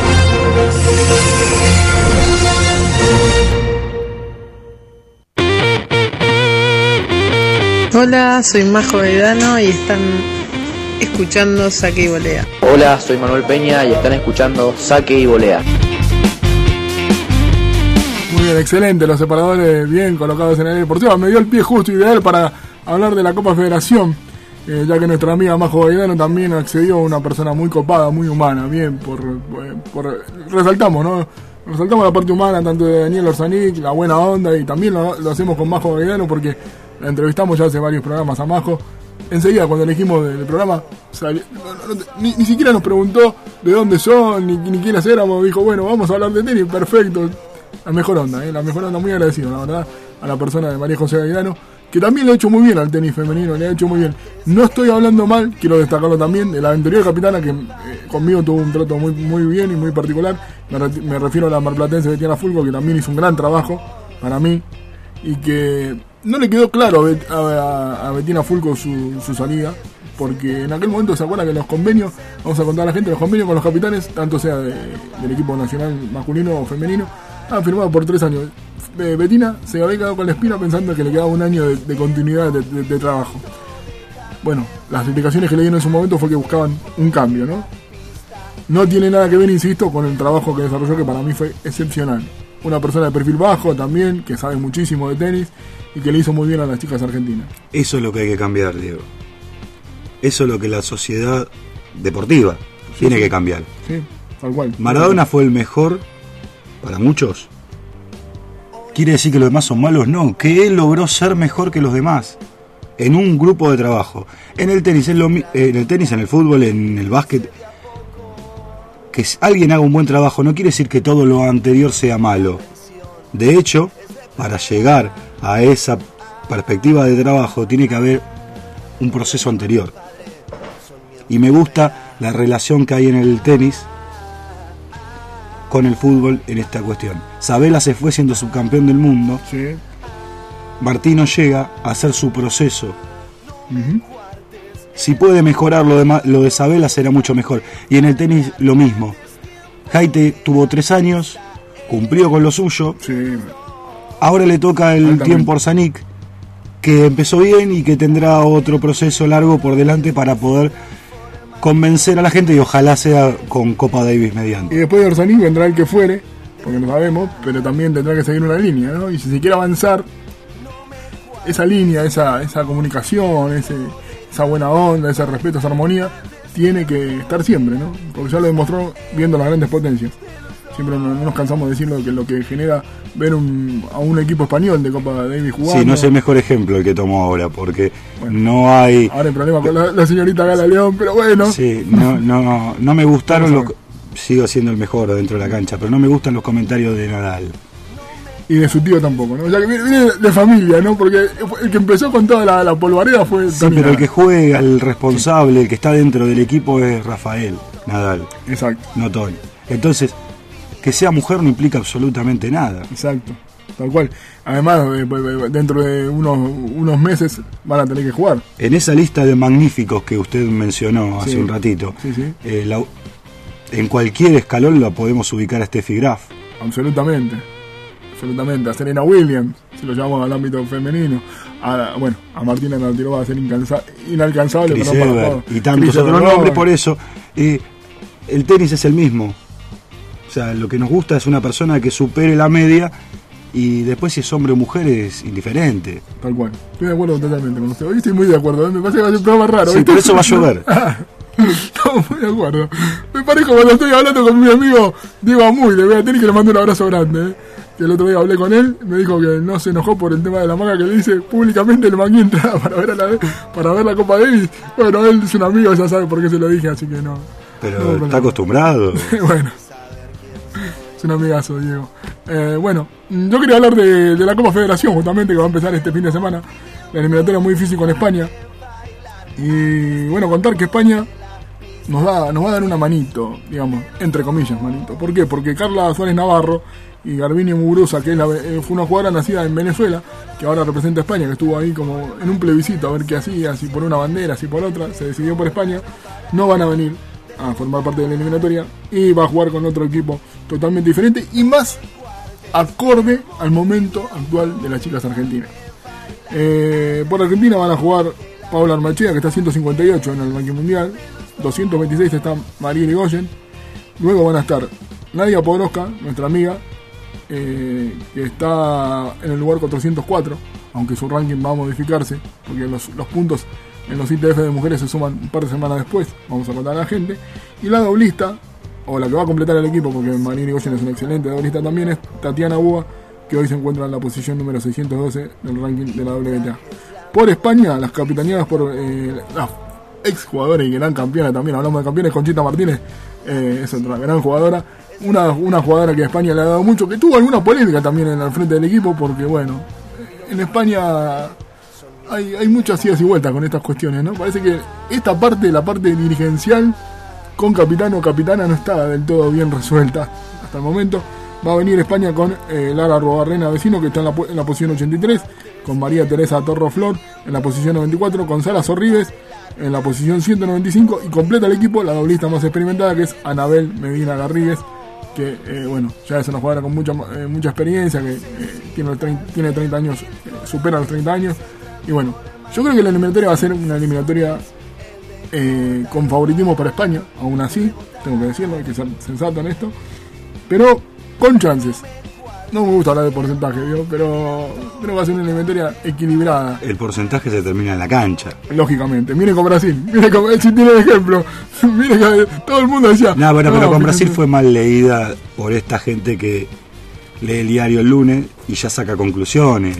Hola, soy Majo Vedano y están escuchando Saque y Volea. Hola, soy Manuel Peña y están escuchando Saque y Volea. Muy bien, excelente, los separadores bien colocados en el deportivo. Me dio el pie justo ideal para hablar de la Copa Federación, eh, ya que nuestra amiga Majo Vedano también accedió a una persona muy copada, muy humana. Bien, por, por resaltamos, ¿no? Resaltamos la parte humana tanto de Daniel Orsanic, la buena onda, y también lo, lo hacemos con Majo Vedano porque la entrevistamos ya hace varios programas a Majo. Enseguida cuando elegimos el programa salió, no, no, ni, ni siquiera nos preguntó de dónde son ni, ni quiénes éramos. Dijo, bueno, vamos a hablar de tenis, perfecto. La mejor onda, ¿eh? La mejor onda, muy agradecido, la verdad, a la persona de María José Vedano, que también le ha hecho muy bien al tenis femenino, le ha hecho muy bien. No estoy hablando mal, quiero destacarlo también, de la anterior capitana que eh, conmigo tuvo un trato muy, muy bien y muy particular. Me, re, me refiero a la marplatense Betiana Fulco, que también hizo un gran trabajo para mí, y que no le quedó claro a, a, a Betiana Fulco su, su salida, porque en aquel momento se acuerda que los convenios, vamos a contar a la gente, los convenios con los capitanes, tanto sea de, del equipo nacional masculino o femenino, han firmado por tres años. Eh, Betina se había quedado con la espina pensando que le quedaba un año de, de continuidad de, de, de trabajo. Bueno, las explicaciones que le dieron en su momento fue que buscaban un cambio, ¿no? No tiene nada que ver, insisto, con el trabajo que desarrolló, que para mí fue excepcional. Una persona de perfil bajo también, que sabe muchísimo de tenis y que le hizo muy bien a las chicas argentinas. Eso es lo que hay que cambiar, Diego. Eso es lo que la sociedad deportiva sí, tiene sí. que cambiar. Sí, tal cual. Maradona fue el mejor para muchos. ¿Quiere decir que los demás son malos? No, que él logró ser mejor que los demás en un grupo de trabajo. En el tenis, en, lo, en el tenis, en el fútbol, en el básquet, que alguien haga un buen trabajo no quiere decir que todo lo anterior sea malo. De hecho, para llegar a esa perspectiva de trabajo tiene que haber un proceso anterior. Y me gusta la relación que hay en el tenis con el fútbol en esta cuestión. Sabela se fue siendo subcampeón del mundo. Sí. Martino llega a hacer su proceso. Uh-huh. Si puede mejorar lo de, lo de Sabela será mucho mejor. Y en el tenis lo mismo. Jaite tuvo tres años, cumplió con lo suyo. Sí. Ahora le toca el tiempo a Orsanic, que empezó bien y que tendrá otro proceso largo por delante para poder convencer a la gente, y ojalá sea con Copa Davis mediante. Y después de Orsanic vendrá el que fuere, porque no sabemos, pero también tendrá que seguir una línea, ¿no? Y si se quiere avanzar esa línea, esa, esa comunicación, ese, esa buena onda, ese respeto, esa armonía, tiene que estar siempre, ¿no? Porque ya lo demostró viendo las grandes potencias. Siempre no, no nos cansamos de decirlo, que lo que genera ver un, a un equipo español de Copa Davis jugando. Sí, no es el mejor ejemplo el que tomó ahora, porque bueno, no hay... Ahora hay problema con la, la señorita Gala León, pero bueno. Sí, no, no, no me gustaron los... Sigo siendo el mejor dentro de la cancha, pero no me gustan los comentarios de Nadal. Y de su tío tampoco, ¿no? Ya que viene de familia, ¿no? Porque el que empezó con toda la, la polvareda fue... Sí, pero el que juega, el responsable, el que está dentro del equipo es Rafael Nadal. Exacto. No Tony. Entonces... que sea mujer no implica absolutamente nada. Exacto, tal cual. Además, dentro de unos, unos meses van a tener que jugar. En esa lista de magníficos que usted mencionó hace sí. un ratito, sí, sí. Eh, la, en cualquier escalón la podemos ubicar a Steffi Graf. Absolutamente, absolutamente. A Serena Williams, si lo llamamos al ámbito femenino. A, bueno, a Martina Navratilova va a ser incansa, inalcanzable. Chris pero no para Evert, y tantos Chris otros nombres, por eso. Eh, el tenis es el mismo. O sea, lo que nos gusta es una persona que supere la media, y después si es hombre o mujer es indiferente. Tal cual. Estoy de acuerdo totalmente con usted. Hoy estoy muy de acuerdo. ¿eh? Me parece que va a ser un programa raro. Sí, ¿viste? por eso va a llover. Estamos muy de acuerdo. Me parece cuando estoy hablando con mi amigo Diego Amuy de Beatriz, que le mando un abrazo grande. ¿eh? Que el otro día hablé con él, me dijo que no se enojó por el tema de la manga, que le dice públicamente, le mangué entrada para ver, a la, para ver la Copa Davis. Bueno, él es un amigo, ya sabe por qué se lo dije, así que no. Pero no, está acostumbrado. Bueno. Es un amigazo, Diego. Eh, bueno, yo quería hablar de, de la Copa Federación, justamente, que va a empezar este fin de semana. La eliminatoria muy difícil con España. Y bueno, contar que España nos da nos va a dar una manito, digamos, entre comillas, manito. ¿Por qué? Porque Carla Suárez Navarro y Garbiñe Muguruza, que es la, eh, fue una jugadora nacida en Venezuela, que ahora representa a España, que estuvo ahí como en un plebiscito a ver qué hacía, si por una bandera, si por otra, se decidió por España, no van a venir a formar parte de la eliminatoria y va a jugar con otro equipo totalmente diferente y más acorde al momento actual de las chicas argentinas. Eh, por Argentina van a jugar Paula Armachea, que está ciento cincuenta y ocho en el ranking mundial, doscientos veintiséis está María Irigoyen, luego van a estar Nadia Podoroska, nuestra amiga, eh, que está en el lugar cuatrocientos cuatro, aunque su ranking va a modificarse porque los, los puntos en los I T F de mujeres se suman un par de semanas después, vamos a contar a la gente. Y la doblista, o la que va a completar el equipo, porque María Irigoyen es una excelente doblista también, es Tatiana Búa, que hoy se encuentra en la posición número seiscientos doce del ranking de la W T A. Por España, las capitaneadas por eh, la ex jugadora y gran campeona también, hablamos de campeones, Conchita Martínez, eh, es otra gran jugadora, una, una jugadora que a España le ha dado mucho, que tuvo alguna polémica también en el frente del equipo, porque bueno, en España... Hay, hay muchas idas y vueltas con estas cuestiones, ¿no? Parece que esta parte, la parte dirigencial, con capitán o capitana, no está del todo bien resuelta hasta el momento. Va a venir España con eh, Lara Robarrena Vecino, que está en la, en la posición ochenta y tres, con María Teresa Torro Flor en la posición noventa y cuatro, con Sara Sorribes en la posición ciento noventa y cinco, y completa el equipo la doblista más experimentada, que es Anabel Medina Garrigues, que eh, bueno, ya es una jugadora con mucha eh, mucha experiencia, que eh, tiene, treinta, tiene treinta años, eh, supera los treinta años, y bueno, yo creo que la eliminatoria va a ser una eliminatoria eh, con favoritismo para España, aún así, tengo que decirlo, hay que ser sensato en esto, pero con chances. No me gusta hablar de porcentaje, ¿vio? pero creo que va a ser una eliminatoria equilibrada. El porcentaje se termina en la cancha. Lógicamente. Mire con Brasil. Mire con si tiene el ejemplo. Mire que todo el mundo decía. No, bueno, no, pero con pero Brasil no. fue mal leída por esta gente que lee el diario el lunes y ya saca conclusiones.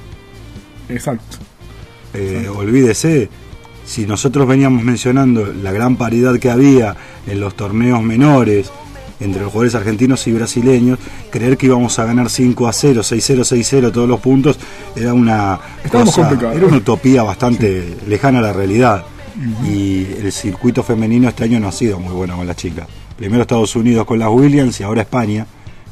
Exacto. Eh, Exacto. Olvídese. Si nosotros veníamos mencionando la gran paridad que había en los torneos menores entre los jugadores argentinos y brasileños, creer que íbamos a ganar cinco a cero, seis a cero, seis a cero todos los puntos era una cosa, era una utopía bastante sí. lejana a la realidad. Uh-huh. Y el circuito femenino este año no ha sido muy bueno con las chicas. Primero Estados Unidos con las Williams y ahora España,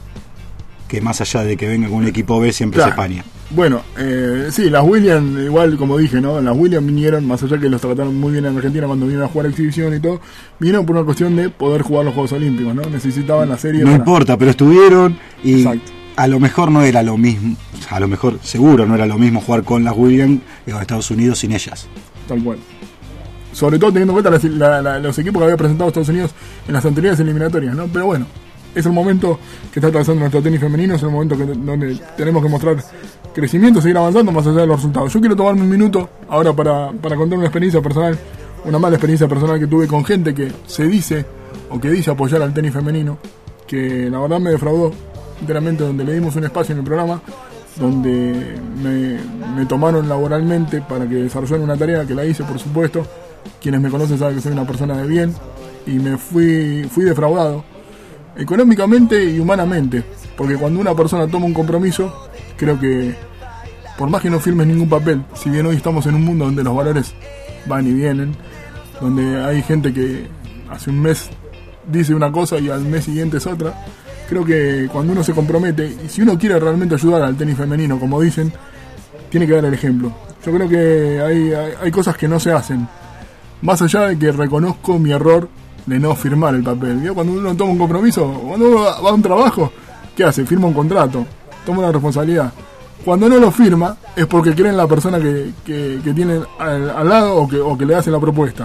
que más allá de que venga con un equipo B siempre claro. es España. Bueno, eh, sí, las Williams, igual como dije, ¿no? Las Williams vinieron, más allá que los trataron muy bien en Argentina cuando vinieron a jugar exhibición y todo, vinieron por una cuestión de poder jugar los Juegos Olímpicos, ¿no? Necesitaban la serie. No para... importa, pero estuvieron y exacto. A lo mejor no era lo mismo, a lo mejor seguro no era lo mismo jugar con las Williams que con Estados Unidos sin ellas. Tal cual. Sobre todo teniendo en cuenta la, la, la, los equipos que había presentado Estados Unidos en las anteriores eliminatorias, ¿no? Pero bueno, es el momento que está atravesando nuestro tenis femenino, es el momento que, donde tenemos que mostrar crecimiento, seguir avanzando más allá de los resultados. Yo quiero tomarme un minuto ahora para, para contar una experiencia personal, una mala experiencia personal que tuve con gente que se dice o que dice apoyar al tenis femenino, que la verdad me defraudó enteramente, donde le dimos un espacio en el programa, donde me, me tomaron laboralmente para que desarrollara una tarea que la hice, por supuesto. Quienes me conocen saben que soy una persona de bien, y me fui, fui defraudado económicamente y humanamente, porque cuando una persona toma un compromiso, creo que por más que no firmes ningún papel, si bien hoy estamos en un mundo donde los valores van y vienen, donde hay gente que hace un mes dice una cosa y al mes siguiente es otra, creo que cuando uno se compromete, y si uno quiere realmente ayudar al tenis femenino, como dicen, tiene que dar el ejemplo. Yo creo que hay, hay, hay cosas que no se hacen, más allá de que reconozco mi error de no firmar el papel. ¿Vio? Cuando uno toma un compromiso, cuando uno va a un trabajo, ¿qué hace? Firma un contrato, toma una responsabilidad. Cuando no lo firma es porque cree en la persona que, que, que tiene al, al lado o que, o que le hace la propuesta.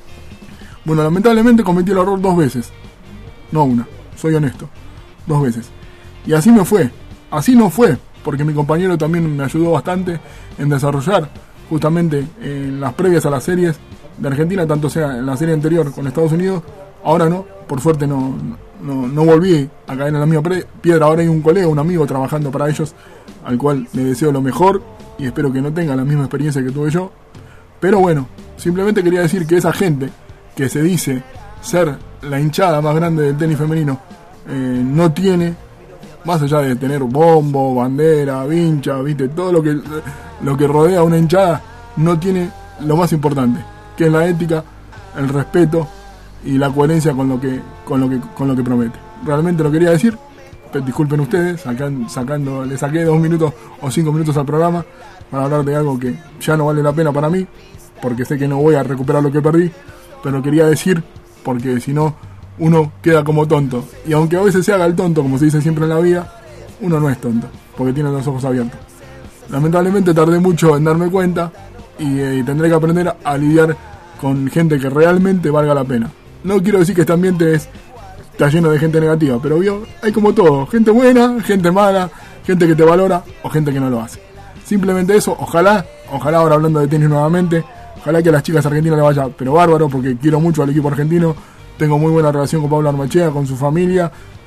Bueno, lamentablemente cometí el error dos veces, no una, soy honesto, dos veces. Y así me fue, así no fue, porque mi compañero también me ayudó bastante en desarrollar justamente en las previas a las series de Argentina, tanto sea en la serie anterior con Estados Unidos, ahora no, por suerte no, no, no volví a caer en la misma piedra. Ahora hay un colega, un amigo trabajando para ellos, al cual le deseo lo mejor y espero que no tenga la misma experiencia que tuve yo. Pero bueno, simplemente quería decir que esa gente que se dice ser la hinchada más grande del tenis femenino eh, no tiene, más allá de tener bombo, bandera, vincha, viste, todo lo que, lo que rodea a una hinchada, no tiene lo más importante, que es la ética, el respeto y la coherencia con lo que con lo que con lo que promete. Realmente lo quería decir. Disculpen ustedes, sacan, sacando, le saqué dos minutos o cinco minutos al programa para hablar de algo que ya no vale la pena para mí, porque sé que no voy a recuperar lo que perdí, pero lo quería decir porque si no uno queda como tonto, y aunque a veces se haga el tonto, como se dice siempre en la vida, uno no es tonto, porque tiene los ojos abiertos. Lamentablemente tardé mucho en darme cuenta y, eh, y tendré que aprender a lidiar con gente que realmente valga la pena. No quiero decir que este ambiente es, está lleno de gente negativa, pero vio, hay como todo, gente buena, gente mala, gente que te valora o gente que no lo hace. Simplemente eso, ojalá, ojalá ahora hablando de tenis nuevamente, ojalá que a las chicas argentinas les vaya, pero bárbaro, porque quiero mucho al equipo argentino, tengo muy buena relación con Pablo Armachea, con su familia,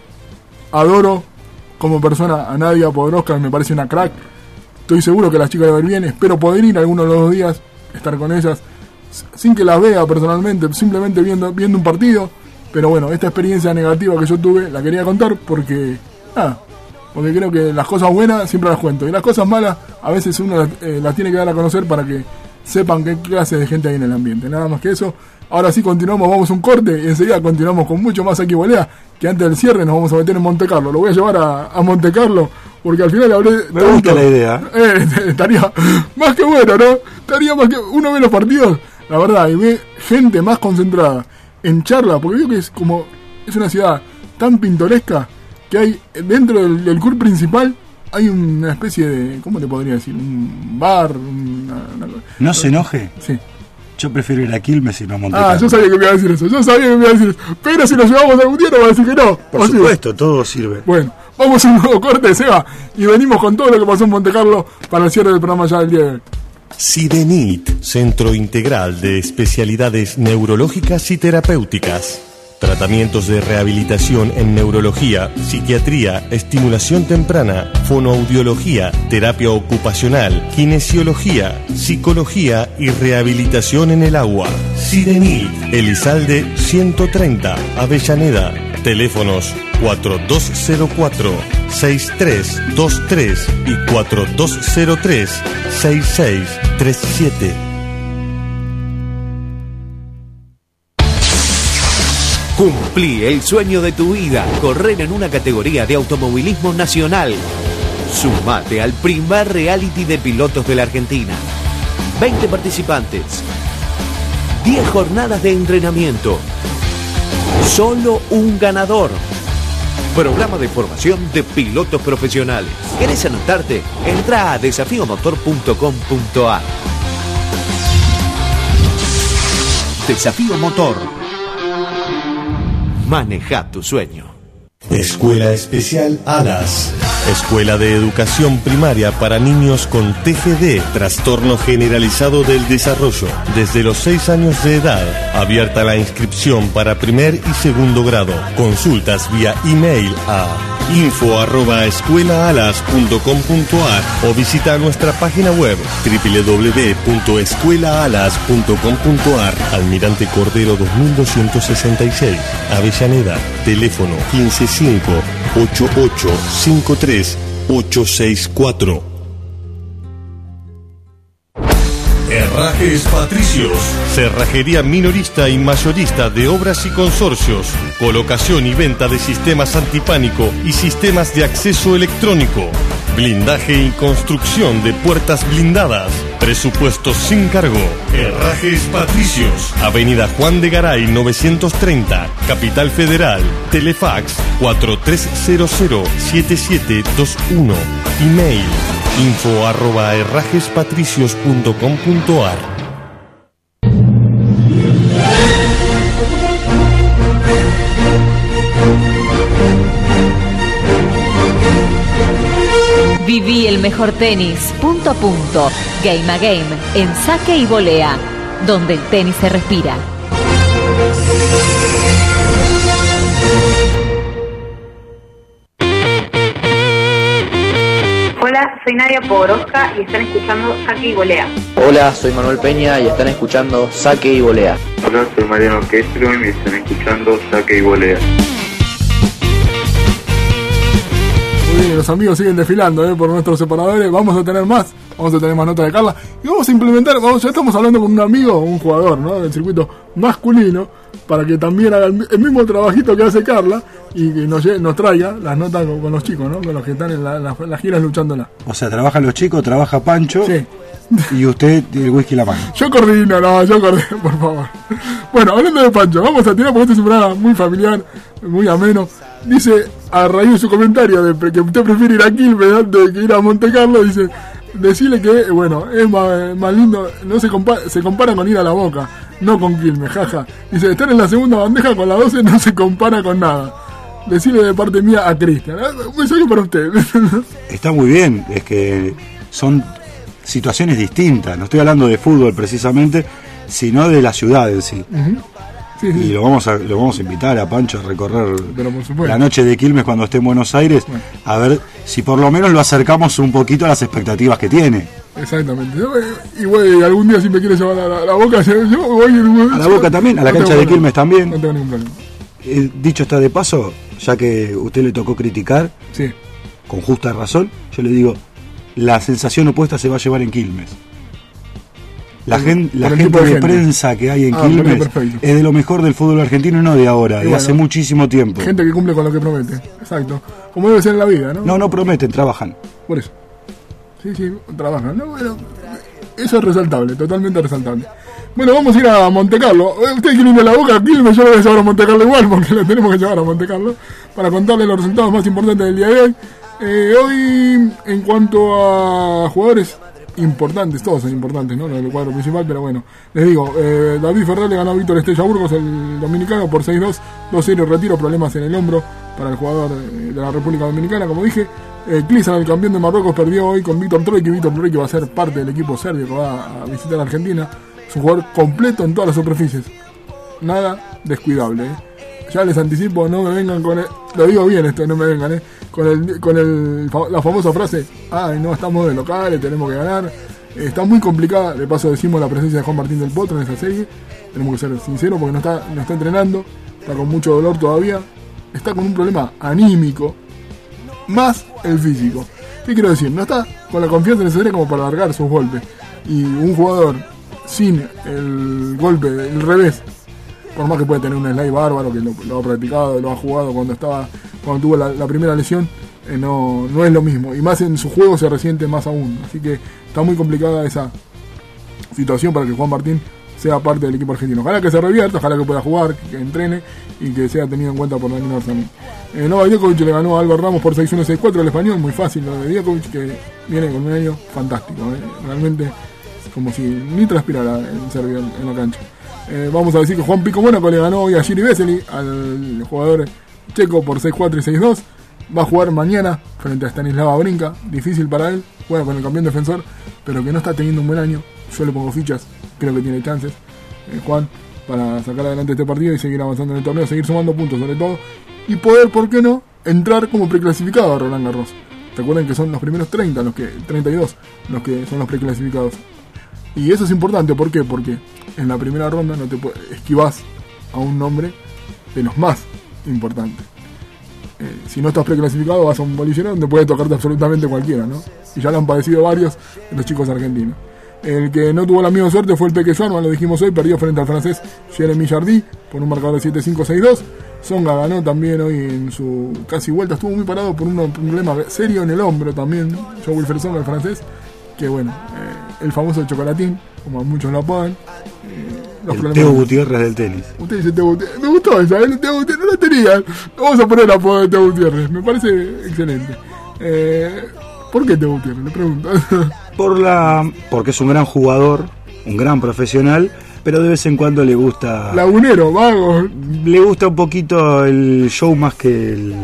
adoro como persona a Nadia Podoroska, me parece una crack, estoy seguro que las chicas le van bien, espero poder ir algunos de los dos días, estar con ellas, sin que las vea personalmente, simplemente viendo, viendo un partido. Pero bueno, esta experiencia negativa que yo tuve la quería contar porque ah, porque creo que las cosas buenas siempre las cuento, y las cosas malas a veces uno las, eh, las tiene que dar a conocer para que sepan qué clase de gente hay en el ambiente. Nada más que eso. Ahora sí continuamos, vamos a un corte y enseguida continuamos con mucho más aquí Volea, que antes del cierre nos vamos a meter en Monte Carlo. Lo voy a llevar a, a Monte Carlo, porque al final hablé... Me gusta la idea. Eh, estaría más que bueno, ¿no? Estaría más que... Uno ve los partidos, la verdad, y ve gente más concentrada en charla, porque veo que es como... Es una ciudad tan pintoresca que hay dentro del, del C U R principal hay una especie de... ¿Cómo te podría decir? Un bar, una... una ¿No se enoje? Sí. Yo prefiero ir a Quilmes y no a Monte Carlo. Ah, yo sabía que me iba a decir eso, yo sabía que me iba a decir eso. Pero si lo llevamos algún día, no va a decir que no. Por supuesto, sí. Todo sirve. Bueno, vamos a un nuevo corte, Seba, y venimos con todo lo que pasó en Monte Carlo para el cierre del programa ya del día de hoy. Sidenit, Centro Integral de Especialidades Neurológicas y Terapéuticas. Tratamientos de rehabilitación en neurología, psiquiatría, estimulación temprana, fonoaudiología, terapia ocupacional, kinesiología, psicología y rehabilitación en el agua. Sidenit, Elizalde ciento treinta, Avellaneda. Teléfonos cuatro dos cero cuatro, seis tres dos tres y cuatro dos cero tres, seis seis tres siete. Cumplí el sueño de tu vida, correr en una categoría de automovilismo nacional. Sumate al primer reality de pilotos de la Argentina. veinte participantes, diez jornadas de entrenamiento, solo un ganador. Programa de formación de pilotos profesionales. ¿Querés anotarte? Entra a desafío motor punto com punto a r. Desafío Motor. Maneja tu sueño. Escuela Especial Alas. Escuela de Educación Primaria para niños con T G D, Trastorno Generalizado del Desarrollo, desde los seis años de edad. Abierta la inscripción para primer y segundo grado. Consultas vía email a info arroba escuelaalas punto com punto a r o visita nuestra página web doble u doble u doble u punto escuelaalas punto com punto a r. Almirante Cordero dos mil doscientos sesenta y seis, Avellaneda. Teléfono quince cinco ochenta y ocho cincuenta y tres ochocientos sesenta y cuatro. Herrajes Patricios, cerrajería minorista y mayorista de obras y consorcios, colocación y venta de sistemas antipánico y sistemas de acceso electrónico, blindaje y construcción de puertas blindadas, presupuesto sin cargo. Herrajes Patricios, Avenida Juan de Garay novecientos treinta, Capital Federal. Telefax cuatro tres cero cero siete siete dos uno. Email info arroba herrajespatricios punto com punto a r. Viví el mejor tenis, punto a punto, game a game, en saque y volea, donde el tenis se respira. Hola, soy Nadia Pogorowska y están escuchando Saque y Volea. Hola, soy Manuel Peña y están escuchando Saque y Volea. Hola, soy Mariano Keström y están escuchando Saque y Volea. Muy bien, los amigos siguen desfilando ¿eh? por nuestros separadores. Vamos a tener más, vamos a tener más notas de Carla y vamos a implementar, vamos, ya estamos hablando con un amigo, un jugador ¿no? del circuito masculino, para que también haga el, el mismo trabajito que hace Carla y que nos, nos traiga las notas con, con los chicos, ¿no? Con los que están en las la, la giras luchándola. O sea, trabajan los chicos, trabaja Pancho sí. Y usted el whisky en la mano. Yo coordino, no, yo coordino, por favor. Bueno, hablando de Pancho, vamos a tirar porque este es un programa muy familiar, muy ameno. Dice, a raíz de su comentario de que usted prefiere ir a Quilmes antes de que ir a Monte Carlo, dice, decirle que, bueno, es más, más lindo, no se compara, se compara con ir a La Boca, no con Quilmes, jaja. Dice, estar en la segunda bandeja con la doce no se compara con nada. Decirle de parte mía a Cristian, un mensaje para usted. Está muy bien, es que son situaciones distintas, no estoy hablando de fútbol precisamente, sino de la ciudad en sí. Uh-huh. Sí, sí. Y lo vamos a lo vamos a invitar a Pancho a recorrer la noche de Quilmes cuando esté en Buenos Aires, bueno, a ver si por lo menos lo acercamos un poquito a las expectativas que tiene. Exactamente. Y bueno, algún día si me quiere llevar a la, a la Boca, yo voy, voy a la Boca también, a la no cancha de Quilmes también. No tengo ningún problema. Eh, dicho está de paso, ya que usted le tocó criticar, sí, con justa razón, yo le digo, la sensación opuesta se va a llevar en Quilmes. La, por, gen, la por gente de, de gente. prensa que hay en ah, Quilmes es de lo mejor del fútbol argentino, no de ahora, y de bueno, hace muchísimo tiempo. Gente que cumple con lo que promete, exacto. Como debe ser en la vida, ¿no? No, no prometen, trabajan. Por eso. Sí, sí, trabajan. No, bueno, eso es resaltable, totalmente resaltable. Bueno, vamos a ir a Monte Carlo. Ustedes quieren ir a la boca, Quilmes, yo lo voy a llevar a Monte Carlo igual, porque lo tenemos que llevar a Monte Carlo, para contarles los resultados más importantes del día de hoy. Eh, hoy, en cuanto a jugadores importantes, todos son importantes, ¿no? El cuadro principal, pero bueno, les digo, eh, David Ferrer le ganó a Víctor Estella Burgos, el dominicano, por seis dos, dos cero, retiro, problemas en el hombro para el jugador de la República Dominicana, como dije. Eh, Clisan, el campeón de Marruecos, perdió hoy con Víctor Troiki. Víctor Troiki va a ser parte del equipo serbio que va a visitar a Argentina. Es un jugador completo en todas las superficies, nada descuidable, ¿eh? Ya les anticipo, no me vengan con el, lo digo bien esto, no me vengan, ¿eh? Con el, con el, la famosa frase, ay no, estamos de locales, tenemos que ganar. Eh, está muy complicada, de paso decimos la presencia de Juan Martín del Potro en esa serie, tenemos que ser sinceros porque no está, no está entrenando, está con mucho dolor todavía, está con un problema anímico, más el físico. ¿Qué quiero decir? No está con la confianza necesaria como para largar sus golpes, y un jugador sin el golpe, el revés, por más que puede tener un slide bárbaro, que lo, lo ha practicado, lo ha jugado cuando estaba cuando tuvo la, la primera lesión, eh, no, no es lo mismo, y más en su juego se resiente más aún, así que está muy complicada esa situación para que Juan Martín sea parte del equipo argentino. Ojalá que se revierta, ojalá que pueda jugar, que, que entrene y que sea tenido en cuenta por Daniel Orsani. Eh, Novak Djokovic le ganó a Álvaro Ramos por seis uno seis cuatro, el español, muy fácil lo de Djokovic, que viene con un año fantástico, eh, realmente como si ni transpirara en Serbia en, en la cancha. Eh, vamos a decir que Juan Pico Mónaco le ganó hoy a Jiri Vesely, al jugador checo, por seis cuatro y seis dos. Va a jugar mañana frente a Stanislava Brinka, difícil para él, juega con el campeón defensor, pero que no está teniendo un buen año. Yo le pongo fichas, creo que tiene chances, eh, Juan, para sacar adelante este partido y seguir avanzando en el torneo, seguir sumando puntos sobre todo, y poder, ¿por qué no?, entrar como preclasificado a Roland Garros. Recuerden que son los primeros treinta, los que treinta y dos, los que son los preclasificados. Y eso es importante, ¿por qué? Porque en la primera ronda no te esquivás a un nombre de los más importantes. Eh, si no estás preclasificado, vas a un bolillero donde puede tocarte absolutamente cualquiera, ¿no? Y ya lo han padecido varios de los chicos argentinos. El que no tuvo la misma suerte fue el Peque Schwarman, lo dijimos hoy, perdió frente al francés Jeremy Jardy por un marcador de siete cinco seis dos. Songa ganó también hoy en su casi vuelta, estuvo muy parado por un problema serio en el hombro también, Joe Wilfred Songa, el francés, que bueno, eh, el famoso chocolatín, como muchos lo apodan. Eh, los el Teo Gutiérrez del tenis. Usted dice Teo Gutiérrez, me gustó esa, el Teo Gutiérrez, no la tenía. Vamos a poner el apodo de Teo Gutiérrez, me parece excelente. Eh, ¿Por qué Teo Gutiérrez? Le pregunto. Por la, porque es un gran jugador, un gran profesional, pero de vez en cuando le gusta... Lagunero, vago. Le gusta un poquito el show más que el,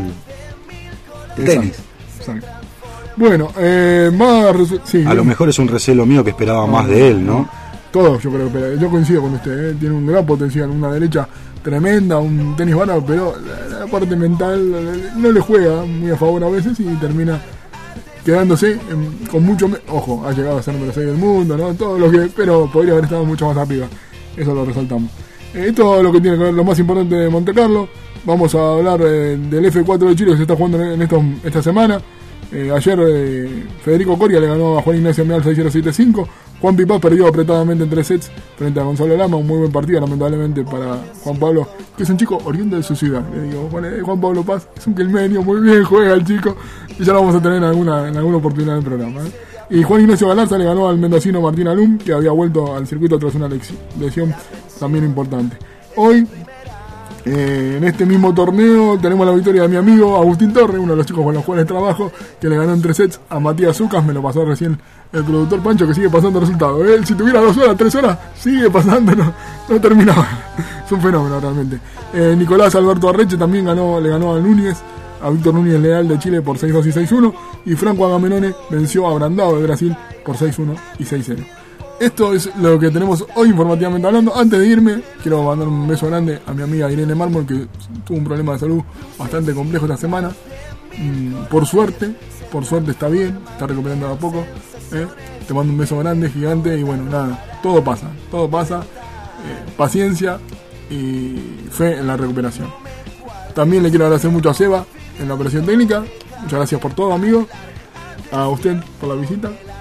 el tenis. Exacto. Bueno, eh, más... Resu- sí, a bien. Lo mejor es un recelo mío que esperaba no, más de él, ¿no? Todos, yo creo que... Yo coincido con usted, ¿eh? Tiene un gran potencial, una derecha tremenda, un tenis bárbaro, pero la, la parte mental no le juega muy a favor a veces y termina quedándose en, con mucho... Me- Ojo, ha llegado a ser número seis del mundo, ¿no? Todo lo que... Pero podría haber estado mucho más arriba. Eso lo resaltamos. Eh, esto es lo que tiene que ver lo más importante de Monte Carlo. Vamos a hablar eh, del F cuatro de Chile que se está jugando en estos, esta semana. Eh, ayer eh, Federico Coria le ganó a Juan Ignacio Meal seis cero siete cinco. Juan Pipá perdió apretadamente en tres sets frente a Gonzalo Lama. Un muy buen partido, lamentablemente, para Juan Pablo, que es un chico oriundo de su ciudad. Le digo, Juan, eh, Juan Pablo Paz es un quilmenio, muy bien juega el chico. Y ya lo vamos a tener en alguna, en alguna oportunidad del programa. ¿eh? Y Juan Ignacio Galarza le ganó al mendocino Martín Alum, que había vuelto al circuito tras una lesión también importante. Hoy, eh, en este mismo torneo, tenemos la victoria de mi amigo Agustín Torre, uno de los chicos con los cuales trabajo, que le ganó en tres sets a Matías Zucas. Me lo pasó recién el productor Pancho, que sigue pasando resultados. Él, si tuviera dos horas, tres horas, sigue pasando, no, no terminaba. Es un fenómeno realmente. Eh, Nicolás Alberto Arreche también ganó, le ganó a Núñez, a Víctor Núñez Leal de Chile por seis dos y seis uno, y Franco Agamenone venció a Brandao de Brasil por seis uno y seis cero. Esto es lo que tenemos hoy informativamente hablando. Antes de irme, quiero mandar un beso grande a mi amiga Irene Mármol, que tuvo un problema de salud bastante complejo esta semana. Mm, por suerte, por suerte está bien, está recuperando de a poco. ¿eh? Te mando un beso grande, gigante, y bueno, nada, todo pasa, todo pasa. Eh, paciencia y fe en la recuperación. También le quiero agradecer mucho a Seba en la operación técnica. Muchas gracias por todo, amigo. A usted por la visita.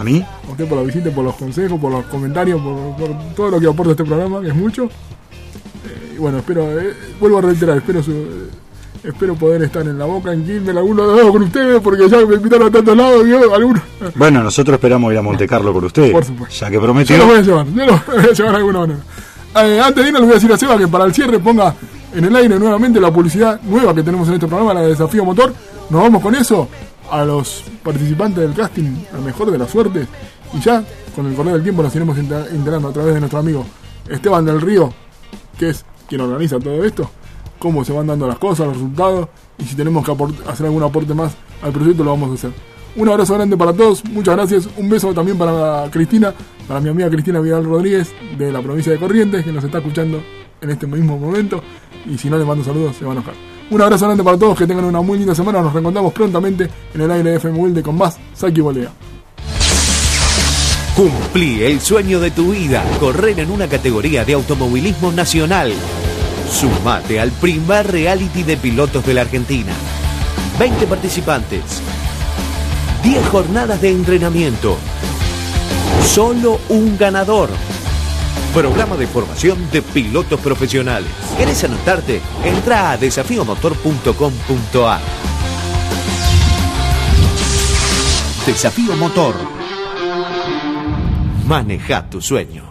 ¿A mí? A usted por la visita, por los consejos, por los comentarios, por, por todo lo que aporta este programa, que es mucho. Eh, y bueno, espero, eh, vuelvo a reiterar, espero su, eh, espero poder estar en La Boca, en Quilmes, en alguno de los con ustedes, porque ya me invitaron a tantos lados, yo, algunos. Bueno, nosotros esperamos ir a Monte Carlo con ustedes. Por supuesto. Ya que prometió. Yo los voy a llevar, yo los voy a llevar de alguna manera. Eh, antes de irnos, le voy a decir a Seba que para el cierre ponga en el aire nuevamente la publicidad nueva que tenemos en este programa, la de Desafío Motor. Nos vamos con eso. A los participantes del casting, la mejor de las suertes. Y ya, con el correr del tiempo, nos iremos enterando a través de nuestro amigo Esteban del Río, que es quien organiza todo esto, cómo se van dando las cosas, los resultados, y si tenemos que hacer algún aporte más al proyecto, lo vamos a hacer. Un abrazo grande para todos, muchas gracias. Un beso también para Cristina, para mi amiga Cristina Vidal Rodríguez, de la provincia de Corrientes, que nos está escuchando en este mismo momento. Y si no le mando saludos, se va a enojar. Un abrazo grande para todos, que tengan una muy linda semana. Nos reencontramos prontamente en el aire de F M Wilde con más Saki Bolea. Cumplí el sueño de tu vida, correr en una categoría de automovilismo nacional. Sumate al primer reality de pilotos de la Argentina. veinte participantes, diez jornadas de entrenamiento, solo un ganador. Programa de formación de pilotos profesionales. ¿Querés anotarte? Entra a desafío motor punto com punto a r. Desafío Motor. Maneja tu sueño.